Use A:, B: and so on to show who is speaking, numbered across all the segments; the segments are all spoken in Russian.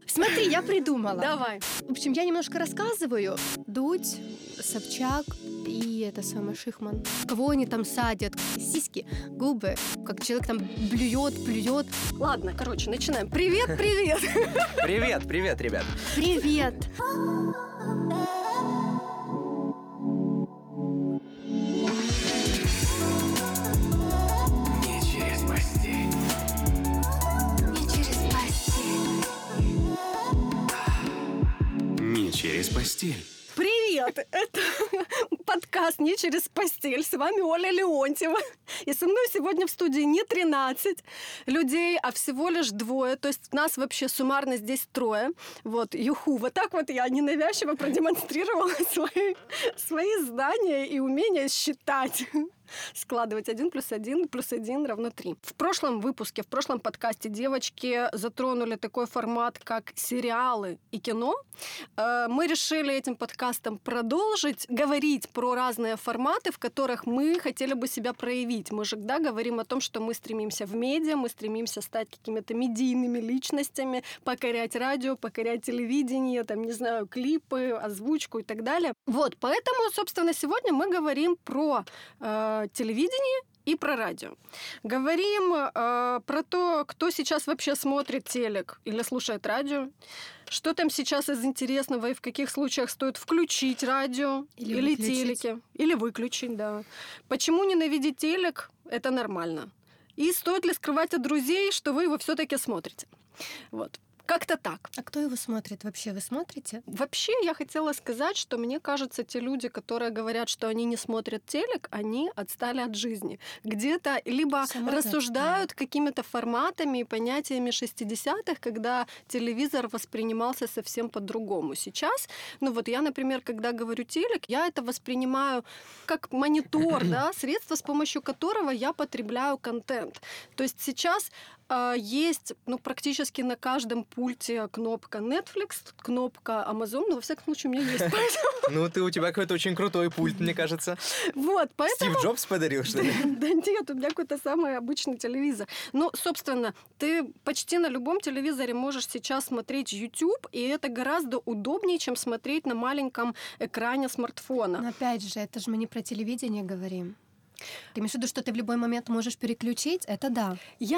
A: Смотри, я придумала.
B: Давай.
A: В общем, я немножко рассказываю. Дудь, Собчак и это самое Шихман. Кого они там садят? Сиськи, губы. Как человек там плюет.
B: Ладно, короче, начинаем. Привет.
C: Привет, ребят.
A: Привет.
D: Не через постель.
B: Привет! Это подкаст «Не через постель». С вами Оля Леонтьева. И со мной сегодня в студии не 13 людей, а всего лишь 2. То есть нас вообще суммарно здесь 3. Вот, юху. Вот так вот я ненавязчиво продемонстрировала свои знания и умение считать. Складывать 1 + 1 + 1 = 3. В прошлом выпуске, в прошлом подкасте девочки затронули такой формат, как сериалы и кино. Мы решили этим подкастом продолжить говорить про разные форматы, в которых мы хотели бы себя проявить. Мы же всегда говорим о том, что мы стремимся в медиа, мы стремимся стать какими-то медийными личностями, покорять радио, покорять телевидение, там, не знаю, клипы, озвучку и так далее. Вот, поэтому, собственно, сегодня мы говорим про телевидение и про радио. Говорим про то, кто сейчас вообще смотрит телек или слушает радио, что там сейчас из интересного и в каких случаях стоит включить радио или телеки, или выключить, да. Почему ненавидеть телек – это нормально. И стоит ли скрывать от друзей, что вы его все-таки смотрите. Вот. Как-то так.
A: А кто его смотрит вообще? Вы смотрите?
B: Вообще, я хотела сказать, что мне кажется, те люди, которые говорят, что они не смотрят телек, они отстали от жизни. Где-то либо рассуждают какими-то форматами и понятиями 60-х, когда телевизор воспринимался совсем по-другому. Сейчас, я, например, когда говорю телек, я это воспринимаю как монитор, да, средство, с помощью которого я потребляю контент. То есть сейчас есть практически на каждом пульте кнопка Netflix, кнопка Amazon, но во всяком случае у меня есть.
C: У тебя какой-то очень крутой пульт, мне кажется.
B: Вот, поэтому...
C: Стив Джобс подарил, что ли?
B: Да нет, у меня какой-то самый обычный телевизор. Собственно, ты почти на любом телевизоре можешь сейчас смотреть YouTube, и это гораздо удобнее, чем смотреть на маленьком экране смартфона.
A: Но опять же, это же мы не про телевидение говорим. Ты имеешь в виду, что ты в любой момент можешь переключить? Это да.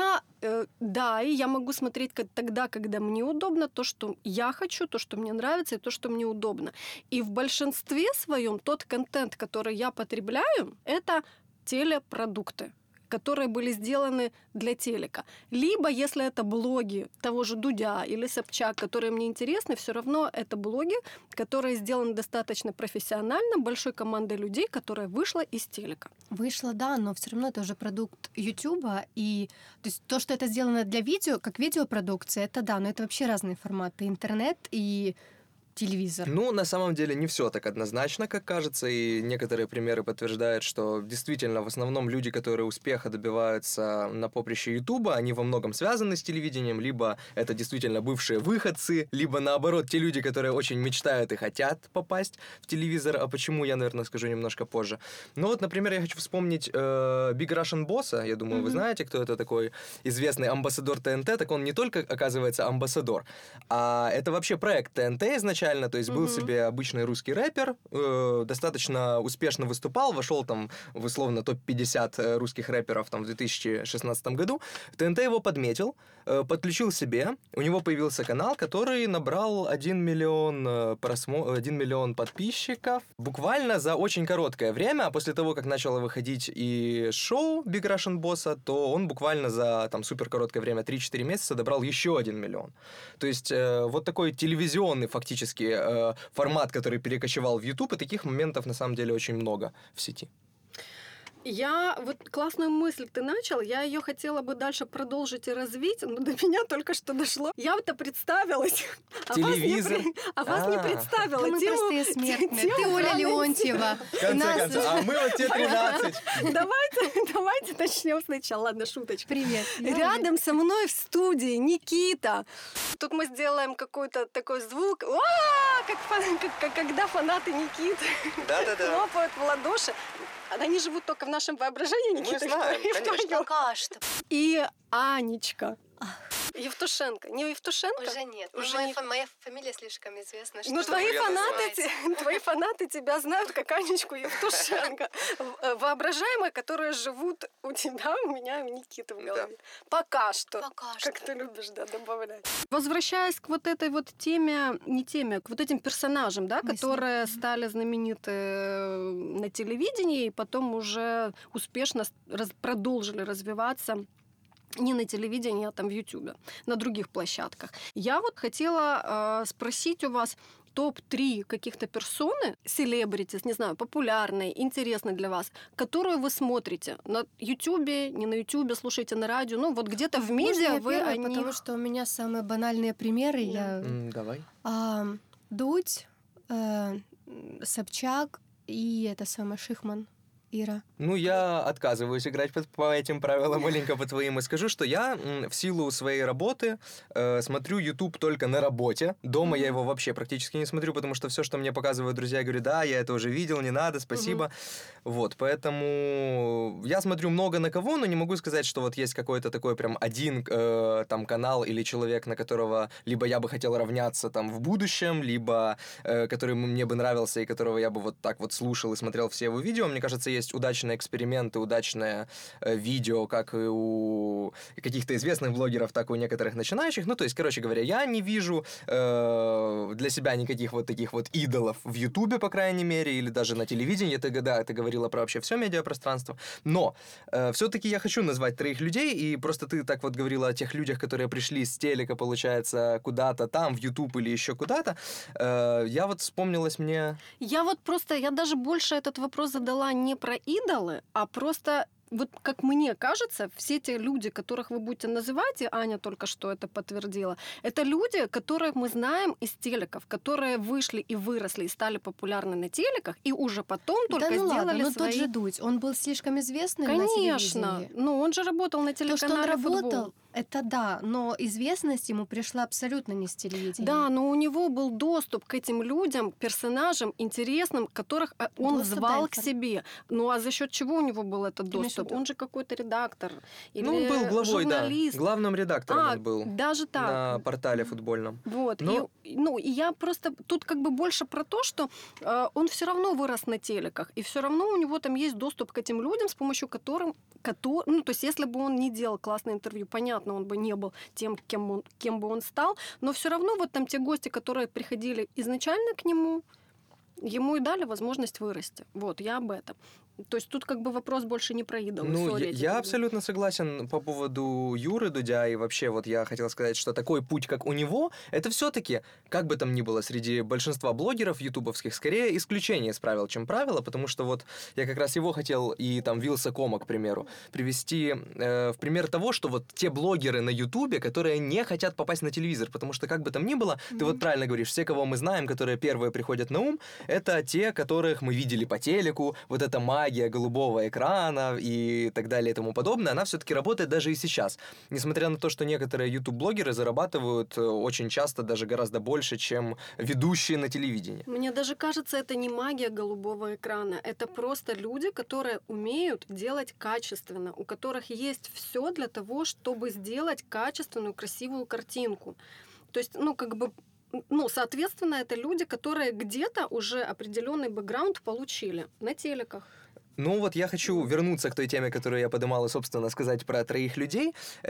B: Да, и я могу смотреть тогда, когда мне удобно, то, что я хочу, то, что мне нравится, и то, что мне удобно. И в большинстве своем тот контент, который я потребляю, это телепродукты, которые были сделаны для телека. Либо, если это блоги того же Дудя или Собчак, которые мне интересны, все равно это блоги, которые сделаны достаточно профессионально, большой командой людей, которая вышла из телека.
A: Вышла, да, но все равно это уже продукт Ютуба. И то есть то, что это сделано для видео, как видеопродукция, это да, но это вообще разные форматы. Интернет и телевизор.
C: На самом деле не все так однозначно, как кажется, и некоторые примеры подтверждают, что действительно в основном люди, которые успеха добиваются на поприще Ютуба, они во многом связаны с телевидением, либо это действительно бывшие выходцы, либо наоборот те люди, которые очень мечтают и хотят попасть в телевизор, а почему, я, наверное, скажу немножко позже. Например, я хочу вспомнить Big Russian Boss, я думаю, вы знаете, кто это такой известный амбассадор ТНТ, так он не только, оказывается, амбассадор, а это вообще проект ТНТ изначально, то есть был себе обычный русский рэпер, достаточно успешно выступал, вошел там в условно топ-50 русских рэперов там в 2016 году. ТНТ его подметил, подключил себе, у него появился канал, который набрал 1 миллион подписчиков буквально за очень короткое время, а после того, как начало выходить и шоу Big Russian Boss, то он буквально за там супер короткое время, 3-4 месяца, добрал еще 1 миллион. То есть вот такой телевизионный фактически формат, который перекочевал в YouTube, и таких моментов на самом деле очень много в сети.
B: Классную мысль ты начал, я ее хотела бы дальше продолжить и развить, но до меня только что дошло. Я-то представилась,
C: телевизор.
B: А вас не представила.
A: Мы простые смертные. Ты Оля Леонтьева.
C: В конце концов, а мы вот те 13.
B: Давайте начнем сначала. Ладно, шуточка.
A: Привет.
B: Рядом со мной в студии Никита. Тут мы сделаем какой-то такой звук, как когда фанаты Никиты хлопают в ладоши. Они живут только в нашем воображении, Никита.
C: Мы знаем, конечно.
A: Пока что.
B: И Анечка. Евтушенко. Не Евтушенко?
A: Уже нет.
B: Уже
A: Моя,
B: не-
A: моя фамилия слишком известна.
B: Ну, твои
C: ее
B: твои фанаты тебя знают как Анечку Евтушенко. Воображаемые, которые живут у тебя, у меня и у Никиты в голове. Пока что.
A: Пока
B: Как
A: что.
B: ты любишь, да, добавлять. Возвращаясь к вот этой вот теме, не теме, к вот этим персонажам, да,
A: Мысли.
B: которые стали знамениты на телевидении и потом уже успешно продолжили развиваться не на телевидении, а там в Ютубе, на других площадках. Я вот хотела спросить у вас топ-3 каких-то персоны, селебритис, не знаю, популярные, интересные для вас, которые вы смотрите на Ютубе, не на Ютубе, слушаете на радио, ну вот где-то в
A: Можно
B: медиа
A: я
B: вы
A: первая,
B: о них...
A: потому что у меня самые банальные примеры. Я
C: Давай.
A: Дудь, Собчак и это самое Шихман. Ира.
C: Ну, я отказываюсь играть по этим правилам, маленько по твоим, и скажу, что я в силу своей работы смотрю YouTube только на работе. Дома я его вообще практически не смотрю, потому что все, что мне показывают друзья, я говорю, да, я это уже видел, не надо, спасибо. Вот, поэтому я смотрю много на кого, но не могу сказать, что вот есть какой-то такой прям один там канал или человек, на которого либо я бы хотел равняться там в будущем, либо который мне бы нравился и которого я бы вот так вот слушал и смотрел все его видео. Мне кажется, есть удачные эксперименты, удачное видео, как и у каких-то известных блогеров, так и у некоторых начинающих. Ну, то есть, короче говоря, я не вижу для себя никаких вот таких вот идолов в Ютубе, по крайней мере, или даже на телевидении. Ты говорила про вообще все медиапространство. Но все-таки я хочу назвать 3 людей, и просто ты так вот говорила о тех людях, которые пришли с телека, получается, куда-то там, в Ютуб или еще куда-то. Я вот вспомнилась мне...
B: Я даже больше этот вопрос задала не про идолы, а просто вот как мне кажется, все те люди, которых вы будете называть, и Аня только что это подтвердила, это люди, которых мы знаем из телеков, которые вышли и выросли, и стали популярны на телеках, и уже потом только
A: да ну
B: сделали
A: ладно, но
B: свои...
A: тот же Дудь, он был слишком известным на
B: Конечно,
A: телевидении.
B: ну он же работал на
A: То, что он
B: телеканале
A: работал,
B: «Футбол».
A: это да, но известность ему пришла абсолютно не с телевидения.
B: Да, но у него был доступ к этим людям, персонажам интересным, которых он
A: Доступ,
B: звал
A: да,
B: к себе. Ну а за счет чего у него был этот
A: Имеешь в
B: доступ?
A: виду?
B: Он же какой-то редактор или
C: Ну, он был главой,
B: журналист.
C: да. Главным редактором он был
B: Даже так.
C: на портале футбольном.
B: Вот.
C: Но-
B: И я просто тут как бы больше про то, что он все равно вырос на телеках, и все равно у него там есть доступ к этим людям, с помощью которых, ну, то есть, если бы он не делал классное интервью, понятно, он бы не был тем, кем бы он стал, но все равно вот там те гости, которые приходили изначально к нему, ему и дали возможность вырасти. Вот, я об этом. То есть тут как бы вопрос больше не про идолы.
C: Ну,
B: Сори,
C: я абсолютно согласен по поводу Юры Дудя, и вообще вот я хотел сказать, что такой путь, как у него, это все-таки, как бы там ни было, среди большинства блогеров ютубовских, скорее исключение из правил, чем правило, потому что вот я как раз его хотел и там Вилсакома, к примеру, привести в пример того, что вот те блогеры на ютубе, которые не хотят попасть на телевизор, потому что как бы там ни было, ты вот правильно говоришь, все, кого мы знаем, которые первые приходят на ум, это те, которых мы видели по телеку, вот эта магия голубого экрана и так далее и тому подобное, она все-таки работает даже и сейчас. Несмотря на то, что некоторые YouTube-блогеры зарабатывают очень часто даже гораздо больше, чем ведущие на телевидении.
B: Мне даже кажется, это не магия голубого экрана. Это просто люди, которые умеют делать качественно, у которых есть все для того, чтобы сделать качественную, красивую картинку. То есть, ну, как бы, ну, соответственно, это люди, которые где-то уже определенный бэкграунд получили на телеках.
C: Ну вот я хочу вернуться к той теме, которую я поднимал, и, собственно, сказать про 3 людей.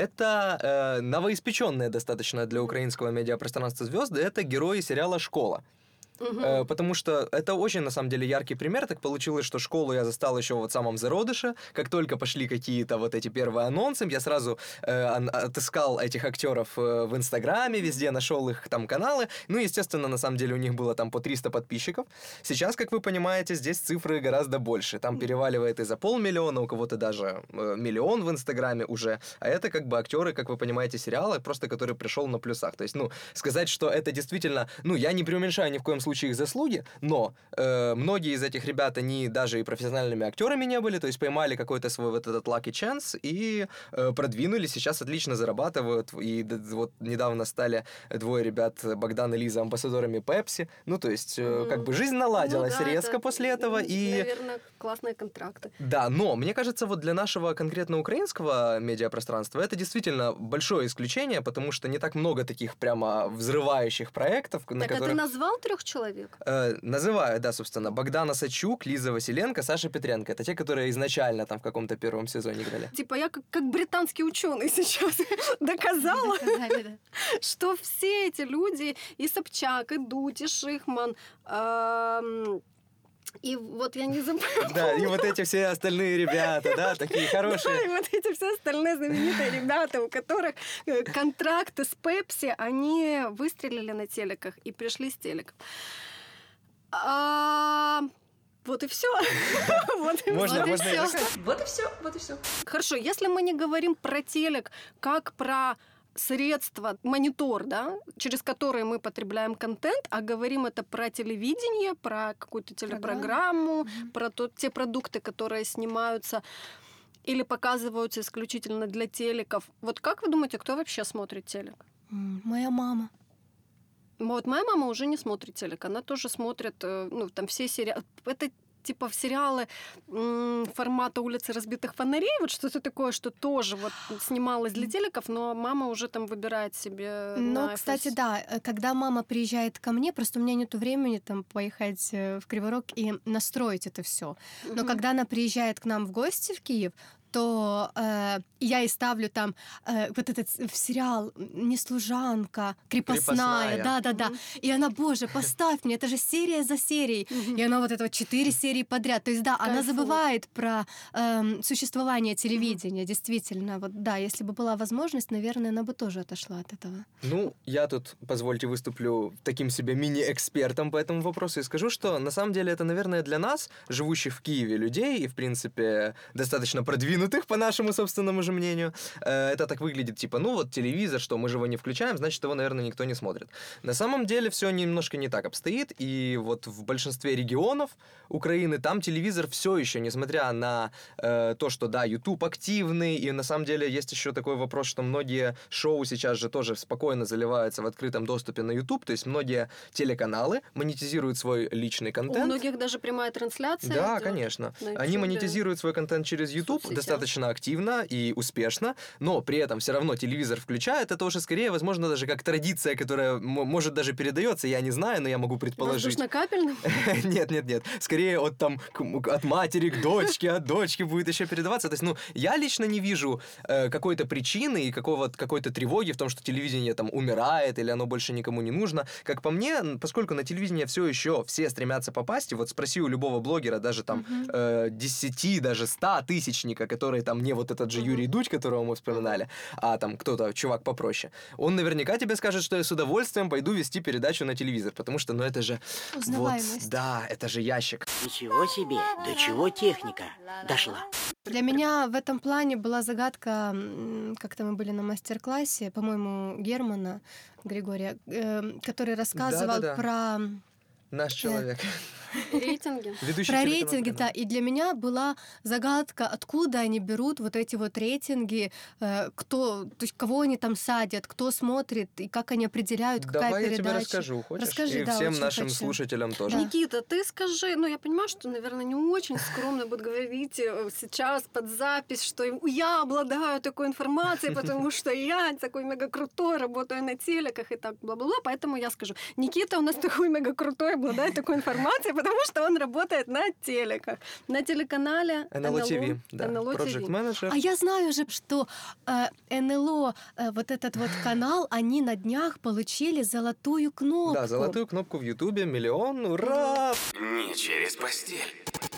C: Это новоиспеченные достаточно для украинского медиапространства звезды. Это герои сериала «Школа». Потому что это очень, на самом деле, яркий пример. Так получилось, что школу я застал еще вот в самом зародыше. Как только пошли какие-то вот эти первые анонсы, я сразу отыскал этих актеров в Инстаграме, везде нашел их там каналы. Ну, естественно, на самом деле у них было там по 300 подписчиков. Сейчас, как вы понимаете, здесь цифры гораздо больше. Там переваливает и за 500 000, у кого-то даже 1 миллион в Инстаграме уже. А это как бы актеры, как вы понимаете, сериала, просто который пришел на плюсах. То есть, ну, сказать, что это действительно... Ну, я не преуменьшаю ни в коем случае их заслуги, но многие из этих ребят, они даже и профессиональными актерами не были, то есть поймали какой-то свой вот этот lucky chance и продвинулись, сейчас отлично зарабатывают, и вот недавно стали двое ребят, Богдан и Лиза, амбассадорами Pepsi, ну, то есть как бы жизнь наладилась резко после этого, и...
B: Наверное, классные контракты.
C: Да, но мне кажется, вот для нашего конкретно украинского медиапространства это действительно большое исключение, потому что не так много таких прямо взрывающих проектов, на
B: Так,
C: которых...
B: а ты назвал 3 человек?
C: Называю, да, собственно, Богдана Сачук, Лиза Василенко, Саша Петренко. Это те, которые изначально там в каком-то первом сезоне играли.
B: Типа я как британский ученый сейчас доказала,
A: Доказали, да.
B: что все эти люди, и Собчак, и Дудь, и Шихман, и вот я не забыла.
C: Да, и вот эти все остальные ребята, да, такие хорошие.
B: Да, и вот эти все остальные знаменитые ребята, у которых контракты с Пепси, они выстрелили на телеках и пришли с телеков. Вот и все.
C: Можно и так.
E: Вот и все.
B: Хорошо, если мы не говорим про телек как про средства, монитор, да, через которые мы потребляем контент, а говорим это про телевидение, про какую-то телепрограмму, про те продукты, которые снимаются или показываются исключительно для телеков. Вот как вы думаете, кто вообще смотрит телек?
A: Моя мама.
B: Вот моя мама уже не смотрит телек, она тоже смотрит, ну, там все сериалы. Это типа в сериалы формата «Улицы разбитых фонарей», вот что-то такое, что тоже вот снималось для телеков, но мама уже там выбирает себе.
A: Ну, кстати, да, когда мама приезжает ко мне, просто у меня нету времени там поехать в Кривой Рог и настроить это все. Но когда она приезжает к нам в гости в Киев, то я и ставлю там вот этот сериал «Не служанка», «Крепостная». Да-да-да. И она, боже, поставь мне, это же серия за серией. И она вот это вот 4 серии подряд. То есть, да, она забывает про существование телевидения, действительно. Вот, да, если бы была возможность, наверное, она бы тоже отошла от этого.
C: Ну, я тут, позвольте, выступлю таким себе мини-экспертом по этому вопросу и скажу, что на самом деле это, наверное, для нас, живущих в Киеве людей и, в принципе, достаточно продвинутых, по нашему собственному же мнению, это так выглядит, типа, ну вот телевизор, что мы же его не включаем, значит, его, наверное, никто не смотрит. На самом деле все немножко не так обстоит, и вот в большинстве регионов Украины там телевизор все еще, несмотря на то, что, да, YouTube активный, и на самом деле есть еще такой вопрос, что многие шоу сейчас же тоже спокойно заливаются в открытом доступе на YouTube, то есть многие телеканалы монетизируют свой личный контент.
B: У многих даже прямая трансляция.
C: Да, конечно. Они монетизируют свой контент через YouTube достаточно активно и успешно, но при этом все равно телевизор включают. Это уже скорее, возможно, даже как традиция, которая может даже передается, я не знаю, но я могу предположить.
B: Воздушно-капельным?
C: Нет. Скорее от матери к дочке, от дочки будет еще передаваться. То есть, ну, я лично не вижу какой-то причины и какой-то тревоги в том, что телевидение там умирает или оно больше никому не нужно. Как по мне, поскольку на телевидение все еще все стремятся попасть, и вот спроси у любого блогера, даже там 10, даже 100-тысячника, который там не вот этот же Юрий Дудь, которого мы вспоминали, а там кто-то, чувак попроще, он наверняка тебе скажет, что я с удовольствием пойду вести передачу на телевизор, потому что, ну, это же...
A: Узнаваемость.
C: Вот, да, это же ящик.
F: Ничего себе, до чего техника дошла.
A: Для меня в этом плане была загадка, как-то мы были на мастер-классе, по-моему, Германа Григория, который рассказывал про...
C: Наш человек.
B: Рейтинги.
C: Ведущий
A: про
C: телеканал
A: рейтинги,
C: «Канал».
A: да. И для меня была загадка, откуда они берут вот эти вот рейтинги, кто, то есть кого они там садят, кто смотрит и как они определяют, какая
C: Давай
A: передача.
C: я тебе расскажу, хочешь?
A: Расскажи,
C: и
A: да,
C: всем
A: очень
C: нашим
A: хочу.
C: слушателям тоже.
A: Да.
B: Никита, ты скажи, ну я понимаю, что, наверное, не очень скромно будет говорить сейчас под запись, что я обладаю такой информацией, потому что я такой мега крутой, работаю на телеках и так бла-бла-бла, поэтому я скажу, Никита у нас такой мега крутой, обладает такой информацией, потому что он работает на телеках, на телеканале
C: НЛО ТВ, да,
B: НЛО
C: Project
B: ТВ.
C: Manager.
A: А я знаю же, что НЛО, вот этот вот канал, они на днях получили золотую кнопку.
C: Да, золотую кнопку в Ютубе, 1 000 000, ура!
D: Не через постель.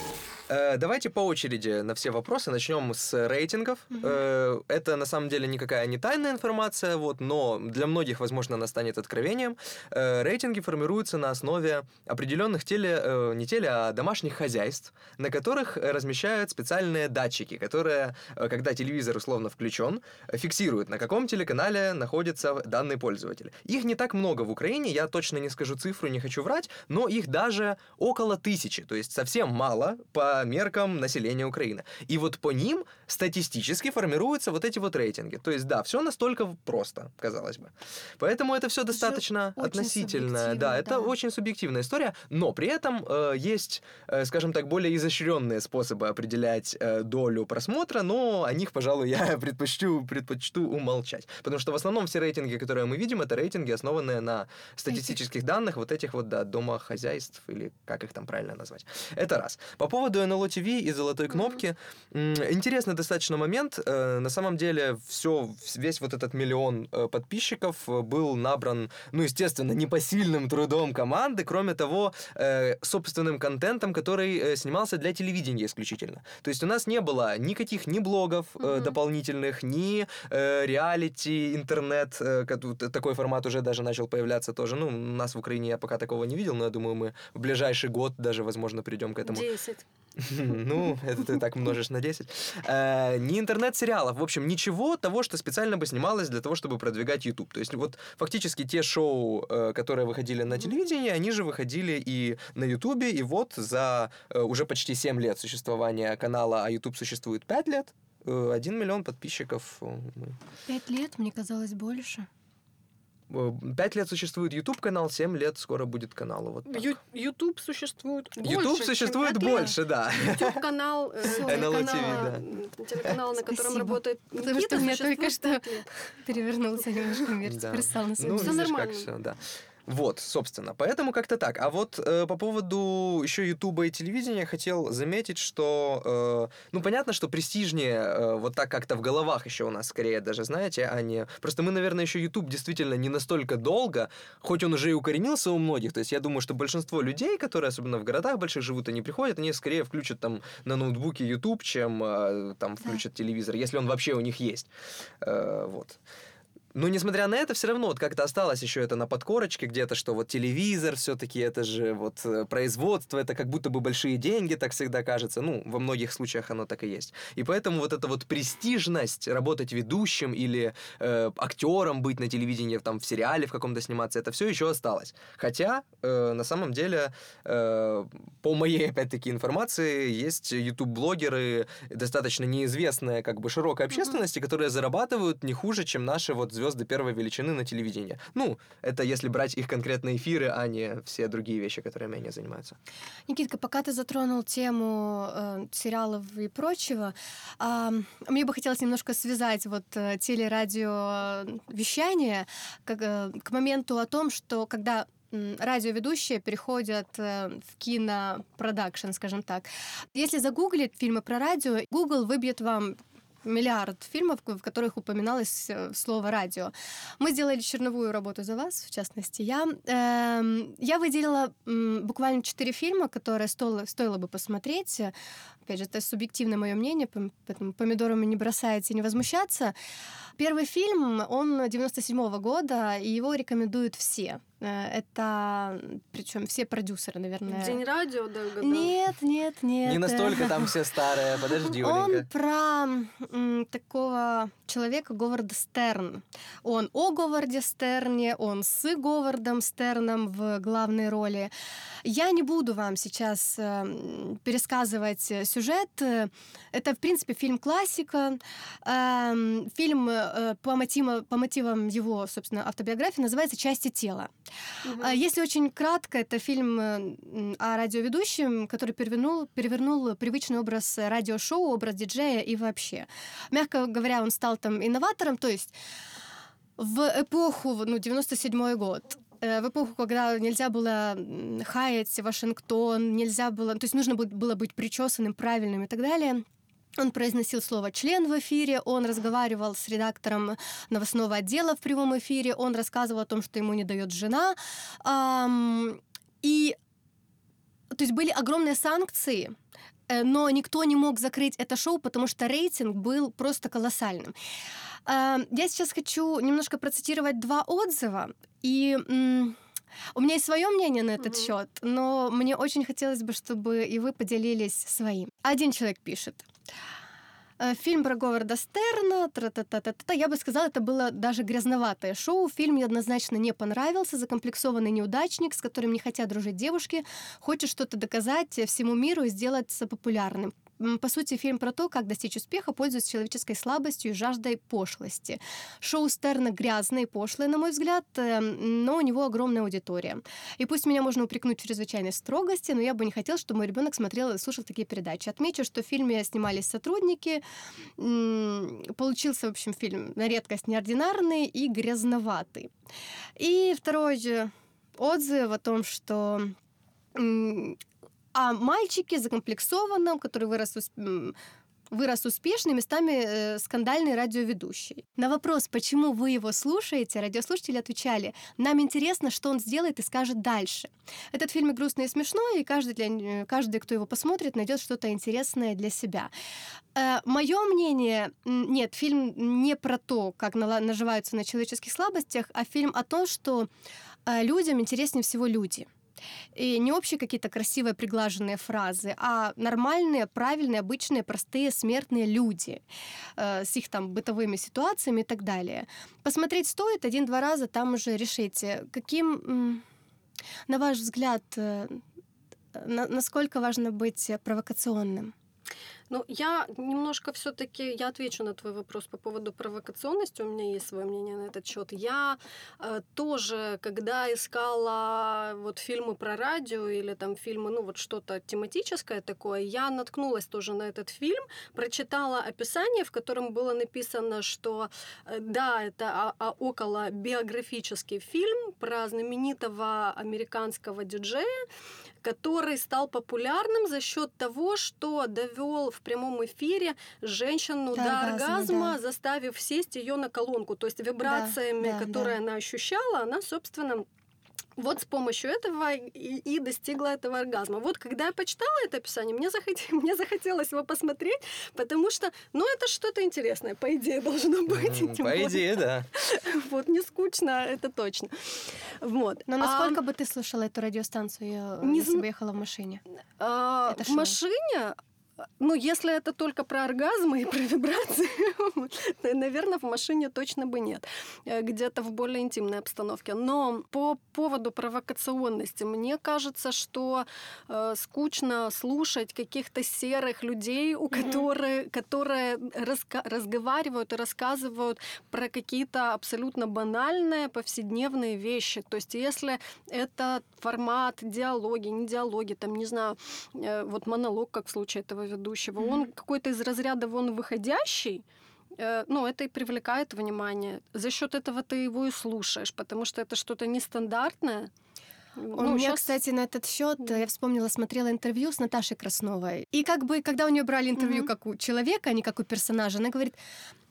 C: Давайте по очереди на все вопросы. Начнем с рейтингов. Это на самом деле никакая не тайная информация, вот, но для многих, возможно, она станет откровением. Рейтинги формируются на основе определенных домашних хозяйств, на которых размещают специальные датчики, которые, когда телевизор условно включен, фиксируют, на каком телеканале находится данный пользователь. Их не так много в Украине, я точно не скажу цифру, не хочу врать, но их даже около 1000, то есть совсем мало по меркам населения Украины. И вот по ним статистически формируются вот эти вот рейтинги. То есть, да, все настолько просто, казалось бы. Поэтому это все достаточно относительно. Да, это очень субъективная история, но при этом есть, скажем так, более изощренные способы определять долю просмотра, но о них, пожалуй, я предпочту умолчать. Потому что в основном все рейтинги, которые мы видим, это рейтинги, основанные на статистических данных вот этих вот, да, домохозяйств, или как их там правильно назвать. Это раз. По поводу НЛО ТВ и золотой кнопки. Интересный достаточно момент. На самом деле весь вот этот 1 миллион подписчиков был набран, ну, естественно, непосильным трудом команды, кроме того, собственным контентом, который снимался для телевидения исключительно. То есть у нас не было никаких ни блогов дополнительных, ни реалити, интернет, такой формат уже даже начал появляться тоже. Ну, у нас в Украине я пока такого не видел, но я думаю, мы в ближайший год даже, возможно, придем к этому.
B: 10.
C: Ну, это ты так множишь на 10. Не интернет-сериалов. В общем, ничего того, что специально бы снималось для того, чтобы продвигать YouTube. То есть вот фактически те шоу, которые выходили на телевидении, они же выходили и на YouTube. И вот за уже почти 7 лет существования канала, а YouTube существует 5 лет, 1 миллион подписчиков.
A: 5 лет, мне казалось, больше.
C: 5 лет существует YouTube-канал, 7 лет скоро будет каналу. Вот
B: YouTube существует больше,
C: YouTube существует больше, да.
B: YouTube-канал,
C: НЛО ТВ, да.
B: телеканал, на котором
A: Спасибо.
B: работает
A: Потому что у меня только что
B: 5 лет.
A: перевернулся немножко мир,
C: Да.
A: теперь стал на своем
C: Ну,
B: Всё
A: месте.
C: видишь,
B: нормально.
C: как всё, да. Вот, собственно, поэтому как-то так. А вот по поводу еще Ютуба и телевидения хотел заметить, что, ну, понятно, что престижнее вот так как-то в головах еще у нас скорее даже, знаете, а не... Просто мы, наверное, еще Ютуб действительно не настолько долго, хоть он уже и укоренился у многих, то есть я думаю, что большинство людей, которые особенно в городах больших живут, они приходят, они скорее включат там на ноутбуке Ютуб, чем там включат телевизор, если он вообще у них есть. Вот. Но, несмотря на это, все равно вот как-то осталось еще это на подкорочке где-то, что вот телевизор все-таки это же вот производство, это как будто бы большие деньги, так всегда кажется. Ну, во многих случаях оно так и есть. И поэтому вот эта вот престижность работать ведущим или актером быть на телевидении, там, в сериале в каком-то сниматься, это все еще осталось. Хотя, на самом деле, по моей, опять-таки, информации, есть YouTube-блогеры, достаточно неизвестные, как бы, широкой общественности, которые зарабатывают не хуже, чем наши вот звезды первой величины на телевидении. Ну, это если брать их конкретные эфиры, а не все другие вещи, которыми они занимаются.
A: Никитка, пока ты затронул тему сериалов и прочего, мне бы хотелось немножко связать вот телерадиовещание к моменту о том, что когда радиоведущие переходят в кинопродакшн, скажем так. Если загуглить фильмы про радио, Google выбьет вам миллиард фильмов, в которых упоминалось слово «радио». Мы сделали черновую работу за вас, в частности, я. Я выделила буквально 4 фильма, которые стоило бы посмотреть. Опять же, это субъективное мое мнение, поэтому помидорами не бросайте, не возмущаться. Первый фильм, он 97-го года, и его рекомендуют все. Это, причем все продюсеры, наверное.
B: День радио, да, угадал?
A: Нет.
C: Не настолько там все старые, подожди,
A: Он
C: Оленька.
A: про такого человека Говарда Стерн. Он о Говарде Стерне, он с Говардом Стерном в главной роли. Я не буду вам сейчас пересказывать сюжет. Это, в принципе, фильм-классика. Фильм по мотивам его, собственно, автобиографии называется «Части тела». Если очень кратко, это фильм о радиоведущем, который перевернул привычный образ радиошоу, образ диджея и вообще. Мягко говоря, он стал там инноватором, то есть в эпоху, 97-й год, в эпоху, когда нельзя было хаять Вашингтон, нельзя было, то есть нужно было быть причесанным, правильным и так далее. Он произносил слово «член» в эфире, он разговаривал с редактором новостного отдела в прямом эфире, он рассказывал о том, что ему не дает жена. И, то есть были огромные санкции но никто не мог закрыть это шоу, потому что рейтинг был просто колоссальным. Я сейчас хочу немножко процитировать 2 отзыва, и у меня есть свое мнение на этот счет, но мне очень хотелось бы, чтобы и вы поделились своим. Один человек пишет. Фильм про Говарда Стерна, тра-та-та-та-та. Я бы сказала, это было даже грязноватое шоу. Фильм мне однозначно не понравился. Закомплексованный неудачник, с которым не хотят дружить девушки, хочет что-то доказать всему миру и сделаться популярным. По сути, фильм про то, как достичь успеха, пользуясь человеческой слабостью и жаждой пошлости. Шоу Стерна грязное и пошлое, на мой взгляд, но у него огромная аудитория. И пусть меня можно упрекнуть в чрезвычайной строгости, но я бы не хотела, чтобы мой ребенок смотрел и слушал такие передачи. Отмечу, что в фильме снимались сотрудники. Получился, в общем, фильм на редкость неординарный и грязноватый. И второй отзыв о том, что о мальчике закомплексованном, который вырос успешный, местами скандальный радиоведущий. На вопрос, почему вы его слушаете, радиослушатели отвечали: нам интересно, что он сделает и скажет дальше. Этот фильм и грустный, и смешной, и каждый, кто его посмотрит, найдет что-то интересное для себя. Мое мнение, нет, фильм не про то, как наживаются на человеческих слабостях, а фильм о том, что людям интереснее всего люди. И не общие какие-то красивые приглаженные фразы, а нормальные, правильные, обычные, простые, смертные люди с их там бытовыми ситуациями и так далее. Посмотреть стоит 1-2 раза, там уже решите, каким, на ваш взгляд, насколько важно быть провокационным.
B: Ну, я немножко все-таки, я отвечу на твой вопрос по поводу провокационности, у меня есть свое мнение на этот счет. Я тоже, когда искала вот фильмы про радио или там фильмы, ну вот что-то тематическое такое, я наткнулась тоже на этот фильм, прочитала описание, в котором было написано, что да, это около биографический фильм про знаменитого американского диджея, который стал популярным за счет того, что довел в прямом эфире женщину до оргазма, да, заставив сесть ее на колонку. То есть вибрациями, которые она ощущала, она, собственно, вот с помощью этого и достигла этого оргазма. Вот когда я почитала это описание, мне захотелось его посмотреть, потому что, ну, это что-то интересное, по идее, должно быть.
C: По идее, да.
B: Вот, не скучно, это точно. Вот.
A: Но насколько бы ты слушала эту радиостанцию, если бы ехала в машине?
B: В машине? Ну, если это только про оргазмы и про вибрации, то, наверное, в машине точно бы нет. Где-то в более интимной обстановке. Но по поводу провокационности, мне кажется, что скучно слушать каких-то серых людей, которые разговаривают и рассказывают про какие-то абсолютно банальные повседневные вещи. То есть если это формат диалоги, не диалоги, там, не знаю, вот монолог, как в случае этого ведущего, он какой-то из разряда вон выходящий, ну, это и привлекает внимание. За счет этого ты его и слушаешь, потому что это что-то нестандартное.
A: У меня, кстати, на этот счет я вспомнила, смотрела интервью с Наташей Красновой. И как бы, когда у нее брали интервью как у человека, а не как у персонажа, она говорит: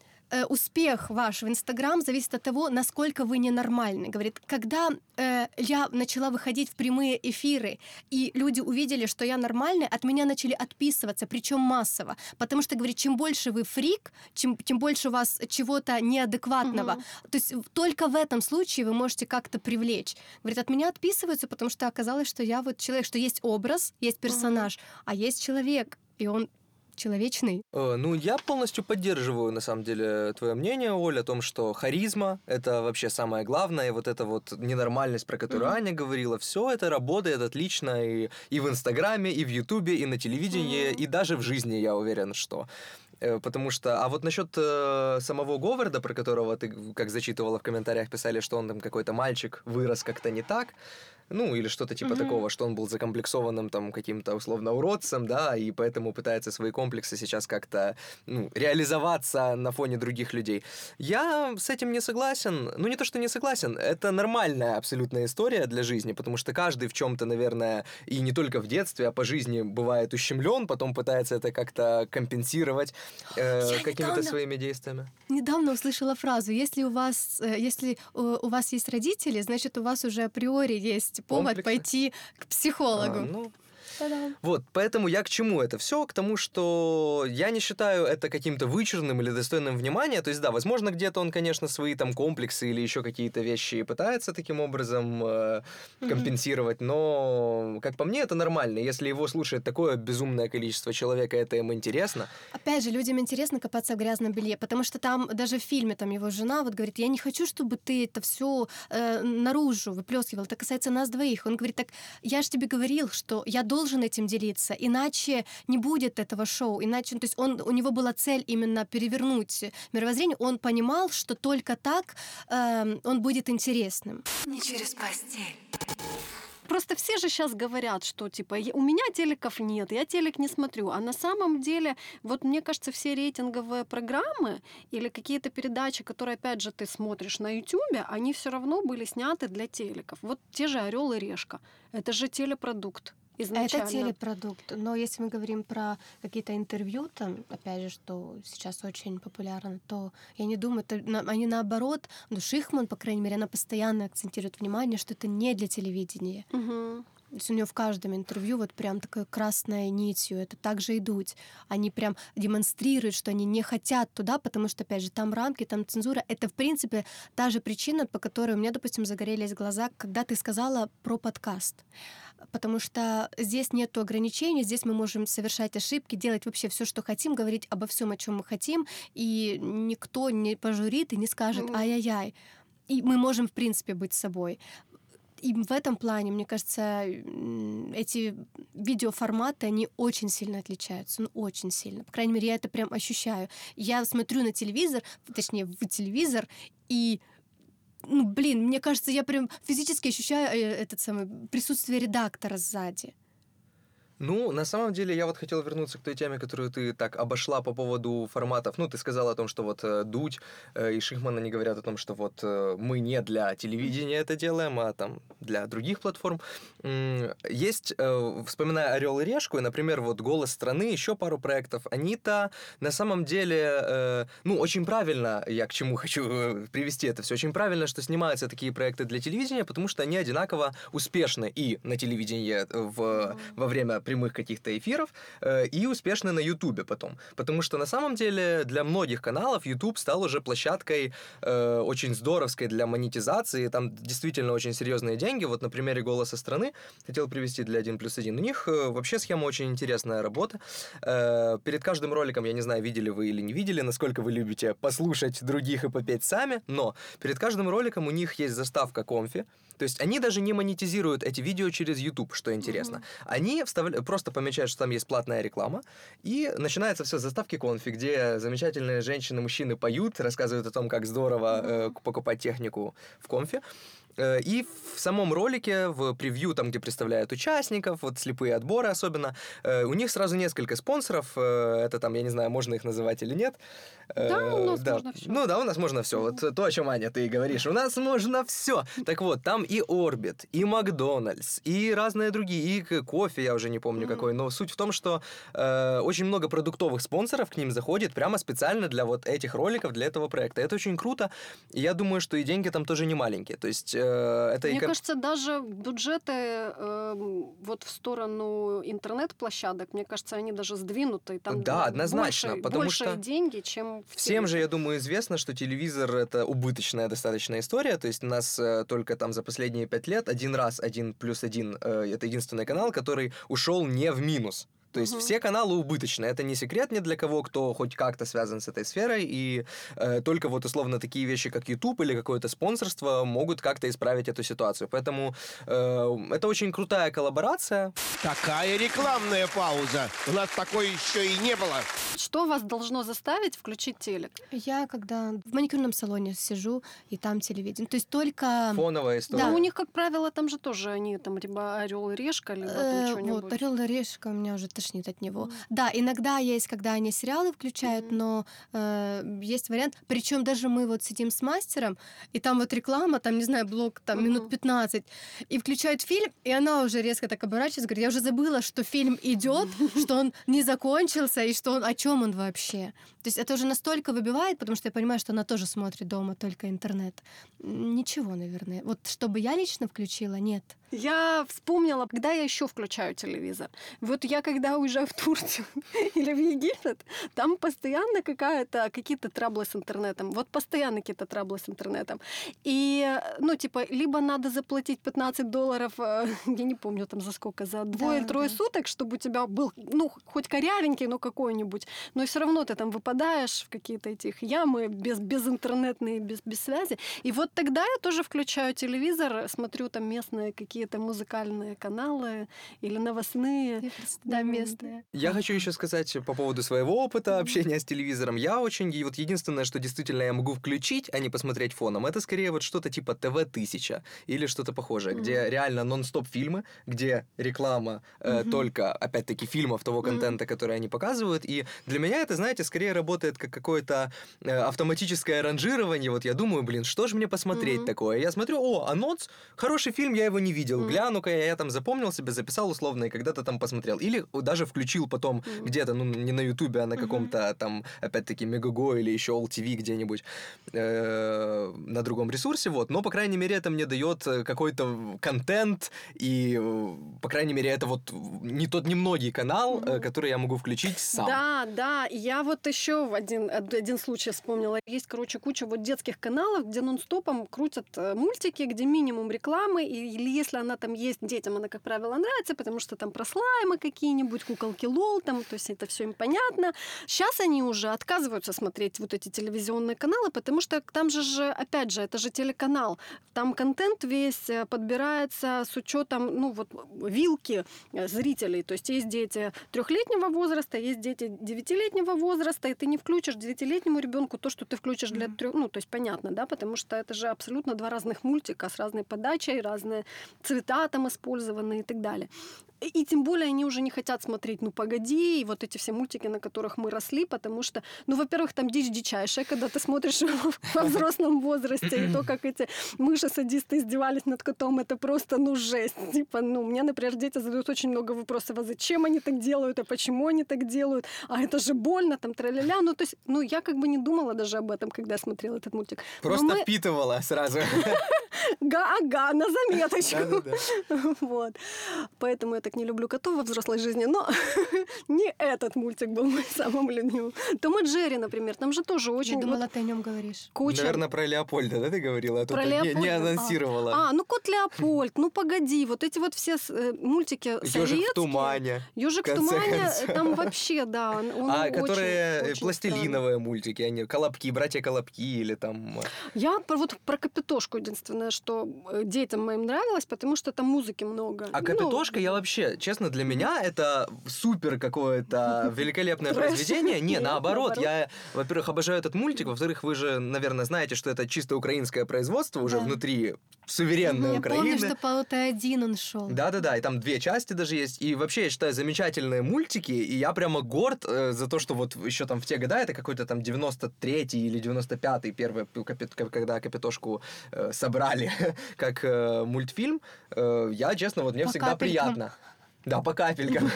A: успех ваш в Инстаграм зависит от того, насколько вы ненормальны. Говорит, когда я начала выходить в прямые эфиры, и люди увидели, что я нормальная, от меня начали отписываться, причем массово. Потому что, говорит, чем больше вы фрик, тем больше у вас чего-то неадекватного. То есть только в этом случае вы можете как-то привлечь. Говорит, от меня отписываются, потому что оказалось, что я вот человек, что есть образ, есть персонаж, а есть человек, и он человечный.
C: Ну, я полностью поддерживаю, на самом деле, твое мнение, Оля, о том, что харизма — это вообще самое главное, и вот эта вот ненормальность, про которую Аня говорила, все это работает отлично и в Инстаграме, и в Ютубе, и на телевидении, и даже в жизни, я уверен, что... Потому что... А вот насчет самого Говарда, про которого ты, как зачитывала в комментариях, писали, что он там какой-то мальчик, вырос как-то не так, ну, или что-то типа такого, что он был закомплексованным там каким-то условно уродцем, да, и поэтому пытается свои комплексы сейчас как-то, ну, реализоваться на фоне других людей. Я с этим не согласен. Ну, не то, что не согласен, это нормальная абсолютная история для жизни, потому что каждый в чем-то, наверное, и не только в детстве, а по жизни бывает ущемлен, потом пытается это как-то компенсировать какими-то своими действиями.
A: Недавно услышала фразу: если у вас есть родители, значит, у вас уже априори есть повод пойти к психологу. Та-дам.
C: Вот, поэтому я к чему это все? К тому, что я не считаю это каким-то вычурным или достойным внимания. То есть, да, возможно, где-то он, конечно, свои там комплексы или еще какие-то вещи пытается таким образом компенсировать, но, как по мне, это нормально. Если его слушает такое безумное количество человек, и это им интересно.
A: Опять же, людям интересно копаться в грязном белье, потому что там даже в фильме там его жена вот говорит, я не хочу, чтобы ты это все наружу выплескивал. Это касается нас двоих. Он говорит, так я же тебе говорил, что я должен этим делиться, иначе не будет этого шоу, иначе, то есть у него была цель именно перевернуть мировоззрение. Он понимал, что только так он будет интересным.
E: Не через постель.
B: Просто все же сейчас говорят, что типа у меня телеков нет, я телек не смотрю. А на самом деле, вот мне кажется, все рейтинговые программы или какие-то передачи, которые, опять же, ты смотришь на Ютубе, они все равно были сняты для телеков. Вот те же «Орел и решка». Это же телепродукт. Изначально.
A: Это телепродукт. Но если мы говорим про какие-то интервью, там, опять же, что сейчас очень популярно, то я не думаю, они наоборот, Шихман, по крайней мере, она постоянно акцентирует внимание, что это не для телевидения.
B: Угу.
A: То есть у нее в каждом интервью вот прям такой красной нитью это также идут. Они прям демонстрируют, что они не хотят туда, потому что, опять же, там рамки, там цензура. Это, в принципе, та же причина, по которой у меня, допустим, загорелись глаза, когда ты сказала про подкаст. Потому что здесь нет ограничений, здесь мы можем совершать ошибки, делать вообще все, что хотим, говорить обо всем, о чем мы хотим, и никто не пожурит и не скажет ай-яй-яй. И мы можем, в принципе, быть собой. И в этом плане, мне кажется, эти видеоформаты, они очень сильно отличаются, ну, очень сильно. По крайней мере, я это прям ощущаю. Я смотрю на телевизор, точнее, в телевизор, и мне кажется, я прям физически ощущаю присутствие редактора сзади.
C: Ну, на самом деле, я вот хотел вернуться к той теме, которую ты так обошла по поводу форматов. Ну, ты сказала о том, что вот Дудь и Шихман, они говорят о том, что вот мы не для телевидения это делаем, а там для других платформ. Есть, вспоминая «Орел и решку», и, например, вот «Голос страны», еще пару проектов, они-то на самом деле, очень правильно, я к чему хочу привести это все, очень правильно, что снимаются такие проекты для телевидения, потому что они одинаково успешны и на телевидении во время прямых каких-то эфиров, и успешны на Ютубе потом. Потому что на самом деле для многих каналов Ютуб стал уже площадкой очень здоровской для монетизации. Там действительно очень серьезные деньги. Вот на примере «Голоса страны» хотел привести для 1+1. У них вообще схема очень интересная работа. Перед каждым роликом, я не знаю, видели вы или не видели, насколько вы любите послушать других и попеть сами, но перед каждым роликом у них есть заставка конфи. То есть они даже не монетизируют эти видео через YouTube, что интересно. Они просто помечают, что там есть платная реклама, и начинается все с заставки конфи, где замечательные женщины, мужчины поют, рассказывают о том, как здорово покупать технику в конфи. И в самом ролике, в превью, там, где представляют участников, вот слепые отборы особенно, у них сразу несколько спонсоров. Это там, я не знаю, можно их называть или нет.
B: Да, у нас можно все.
C: Ну да, у нас можно все. Вот то, о чем, Аня, ты и говоришь. У нас можно все. Так вот, там и Орбит, и Макдональдс, и разные другие, и кофе, я уже не помню какой. Но суть в том, что очень много продуктовых спонсоров к ним заходит прямо специально для вот этих роликов, для этого проекта. Это очень круто. И я думаю, что и деньги там тоже не маленькие. То есть это
B: Мне кажется, даже бюджеты вот в сторону интернет-площадок, мне кажется, они даже сдвинуты. И там
C: да, однозначно, потому что
B: деньги, чем в
C: всем
B: телеке.
C: же, я думаю, известно, что телевизор — это убыточная достаточно история. То есть у нас только там за последние 5 лет 1+1 это единственный канал, который ушел не в минус. То есть все каналы убыточные. Это не секрет ни для кого, кто хоть как-то связан с этой сферой. И только вот условно такие вещи, как YouTube или какое-то спонсорство, могут как-то исправить эту ситуацию. Поэтому это очень крутая коллаборация.
G: Такая рекламная пауза. У нас такой еще и не было.
B: Что вас должно заставить включить телек?
A: Я когда в маникюрном салоне сижу, и там телевидение. То есть только...
C: Фоновая история.
B: Да, у них, как правило, там же тоже они там либо «Орел и решка», либо там что-нибудь.
A: Вот «Орел и решка» у меня уже тошнит от него. Да, иногда есть, когда они сериалы включают, но есть вариант. Причем даже мы вот сидим с мастером, и там вот реклама, там, не знаю, блок там минут 15, и включают фильм, и она уже резко так оборачивается, говорит, я уже забыла, что фильм идет, что он не закончился, и что он, о чем он вообще. То есть это уже настолько выбивает, потому что я понимаю, что она тоже смотрит дома только интернет. Ничего, наверное. Вот чтобы я лично включила, нет.
B: Я вспомнила, когда я еще включаю телевизор. Вот я, когда уезжаю в Турцию или в Египет, там постоянно какие-то траблы с интернетом. Вот постоянно какие-то траблы с интернетом. И, либо надо заплатить $15, я не помню там за сколько, за 2 или 3 суток, чтобы у тебя был, хоть корявенький, но какой-нибудь. Но все равно ты там выпадаешь в какие-то этих ямы безинтернетные, без связи. И вот тогда я тоже включаю телевизор, смотрю там местные какие-то музыкальные каналы или новостные.
A: Да, местные.
C: Я хочу еще сказать по поводу своего опыта общения с телевизором. Я очень... И вот единственное, что действительно я могу включить, а не посмотреть фоном, это скорее вот что-то типа ТВ-1000 или что-то похожее, где реально нон-стоп фильмы, где реклама только, опять-таки, фильмов, того контента, который они показывают. И для меня это, знаете, скорее работает как какое-то автоматическое ранжирование. Вот я думаю, что же мне посмотреть такое? Я смотрю, анонс, хороший фильм, я его не видел. Гляну-ка, я там запомнил себе, записал условно и когда-то там посмотрел. Или даже включил потом где-то, не на Ютубе, а на каком-то там, опять-таки, Мегаго или еще All-TV где-нибудь на другом ресурсе, вот. Но, по крайней мере, это мне дает какой-то контент, и, по крайней мере, это вот не тот немногий канал, который я могу включить сам.
B: Да. Я вот еще один случай вспомнила. Есть, куча вот детских каналов, где нон-стопом крутят мультики, где минимум рекламы, или если она там есть, детям она, как правило, нравится, потому что там про слаймы какие-нибудь, куколки лол, там, то есть это все им понятно. Сейчас они уже отказываются смотреть вот эти телевизионные каналы, потому что там же, опять же, это же телеканал. Там контент весь подбирается с учетом, вилки зрителей. То есть есть дети 3-летнего возраста, есть дети 9-летнего возраста, и ты не включишь 9-летнему ребенку то, что ты включишь для 3, то есть понятно, да, потому что это же абсолютно 2 разных мультика с разной подачей, разные цвета там использованы и так далее. И тем более они уже не хотят смотреть «Ну, погоди», и вот эти все мультики, на которых мы росли, потому что, во-первых, там дичь дичайшая, когда ты смотришь во взрослом возрасте, и то, как эти мыши-садисты издевались над котом, это просто, жесть. Типа, мне, например, дети задают очень много вопросов, а зачем они так делают, а почему они так делают, а это же больно, там, тра-ля-ля. То есть, я как бы не думала даже об этом, когда смотрела этот мультик.
C: Просто впитывала сразу.
B: Ага, на заметочку.
C: Да.
B: Вот. Поэтому я так не люблю котов во взрослой жизни, но не этот мультик был моим самым любимым. Том и Джерри, например, там же тоже очень...
A: Я думала, ты о нем говоришь.
B: Куча...
C: Наверное, про Леопольда, да, ты говорила? А то
B: про
C: ты
B: Леопольда?
C: не анонсировала.
B: Кот Леопольд, погоди, вот эти вот все мультики советские.
C: «Ёжик в тумане».
B: «Ёжик в тумане», там вообще, да.
C: Которые
B: очень
C: пластилиновые мультики, они Колобки, братья Колобки или там...
B: Я про Капитошку единственное, что детям моим нравилось, потому что там музыки много.
C: А Капитошка, я вообще, честно, для меня это супер какое-то великолепное произведение. Не, наоборот, я, во-первых, обожаю этот мультик, во-вторых, вы же, наверное, знаете, что это чисто украинское производство уже внутри суверенной Украины.
A: Я помню, что по ОТ1 он шел.
C: Да, и там 2 части даже есть. И вообще, я считаю, замечательные мультики, и я прямо горд за то, что вот еще там в те года, это какой-то там 93-й или 95-й первый, когда Капитошку собрали как мультфильм, я, честно, вот мне
A: по
C: всегда
A: капелькам.
C: приятно. Да, по капелькам.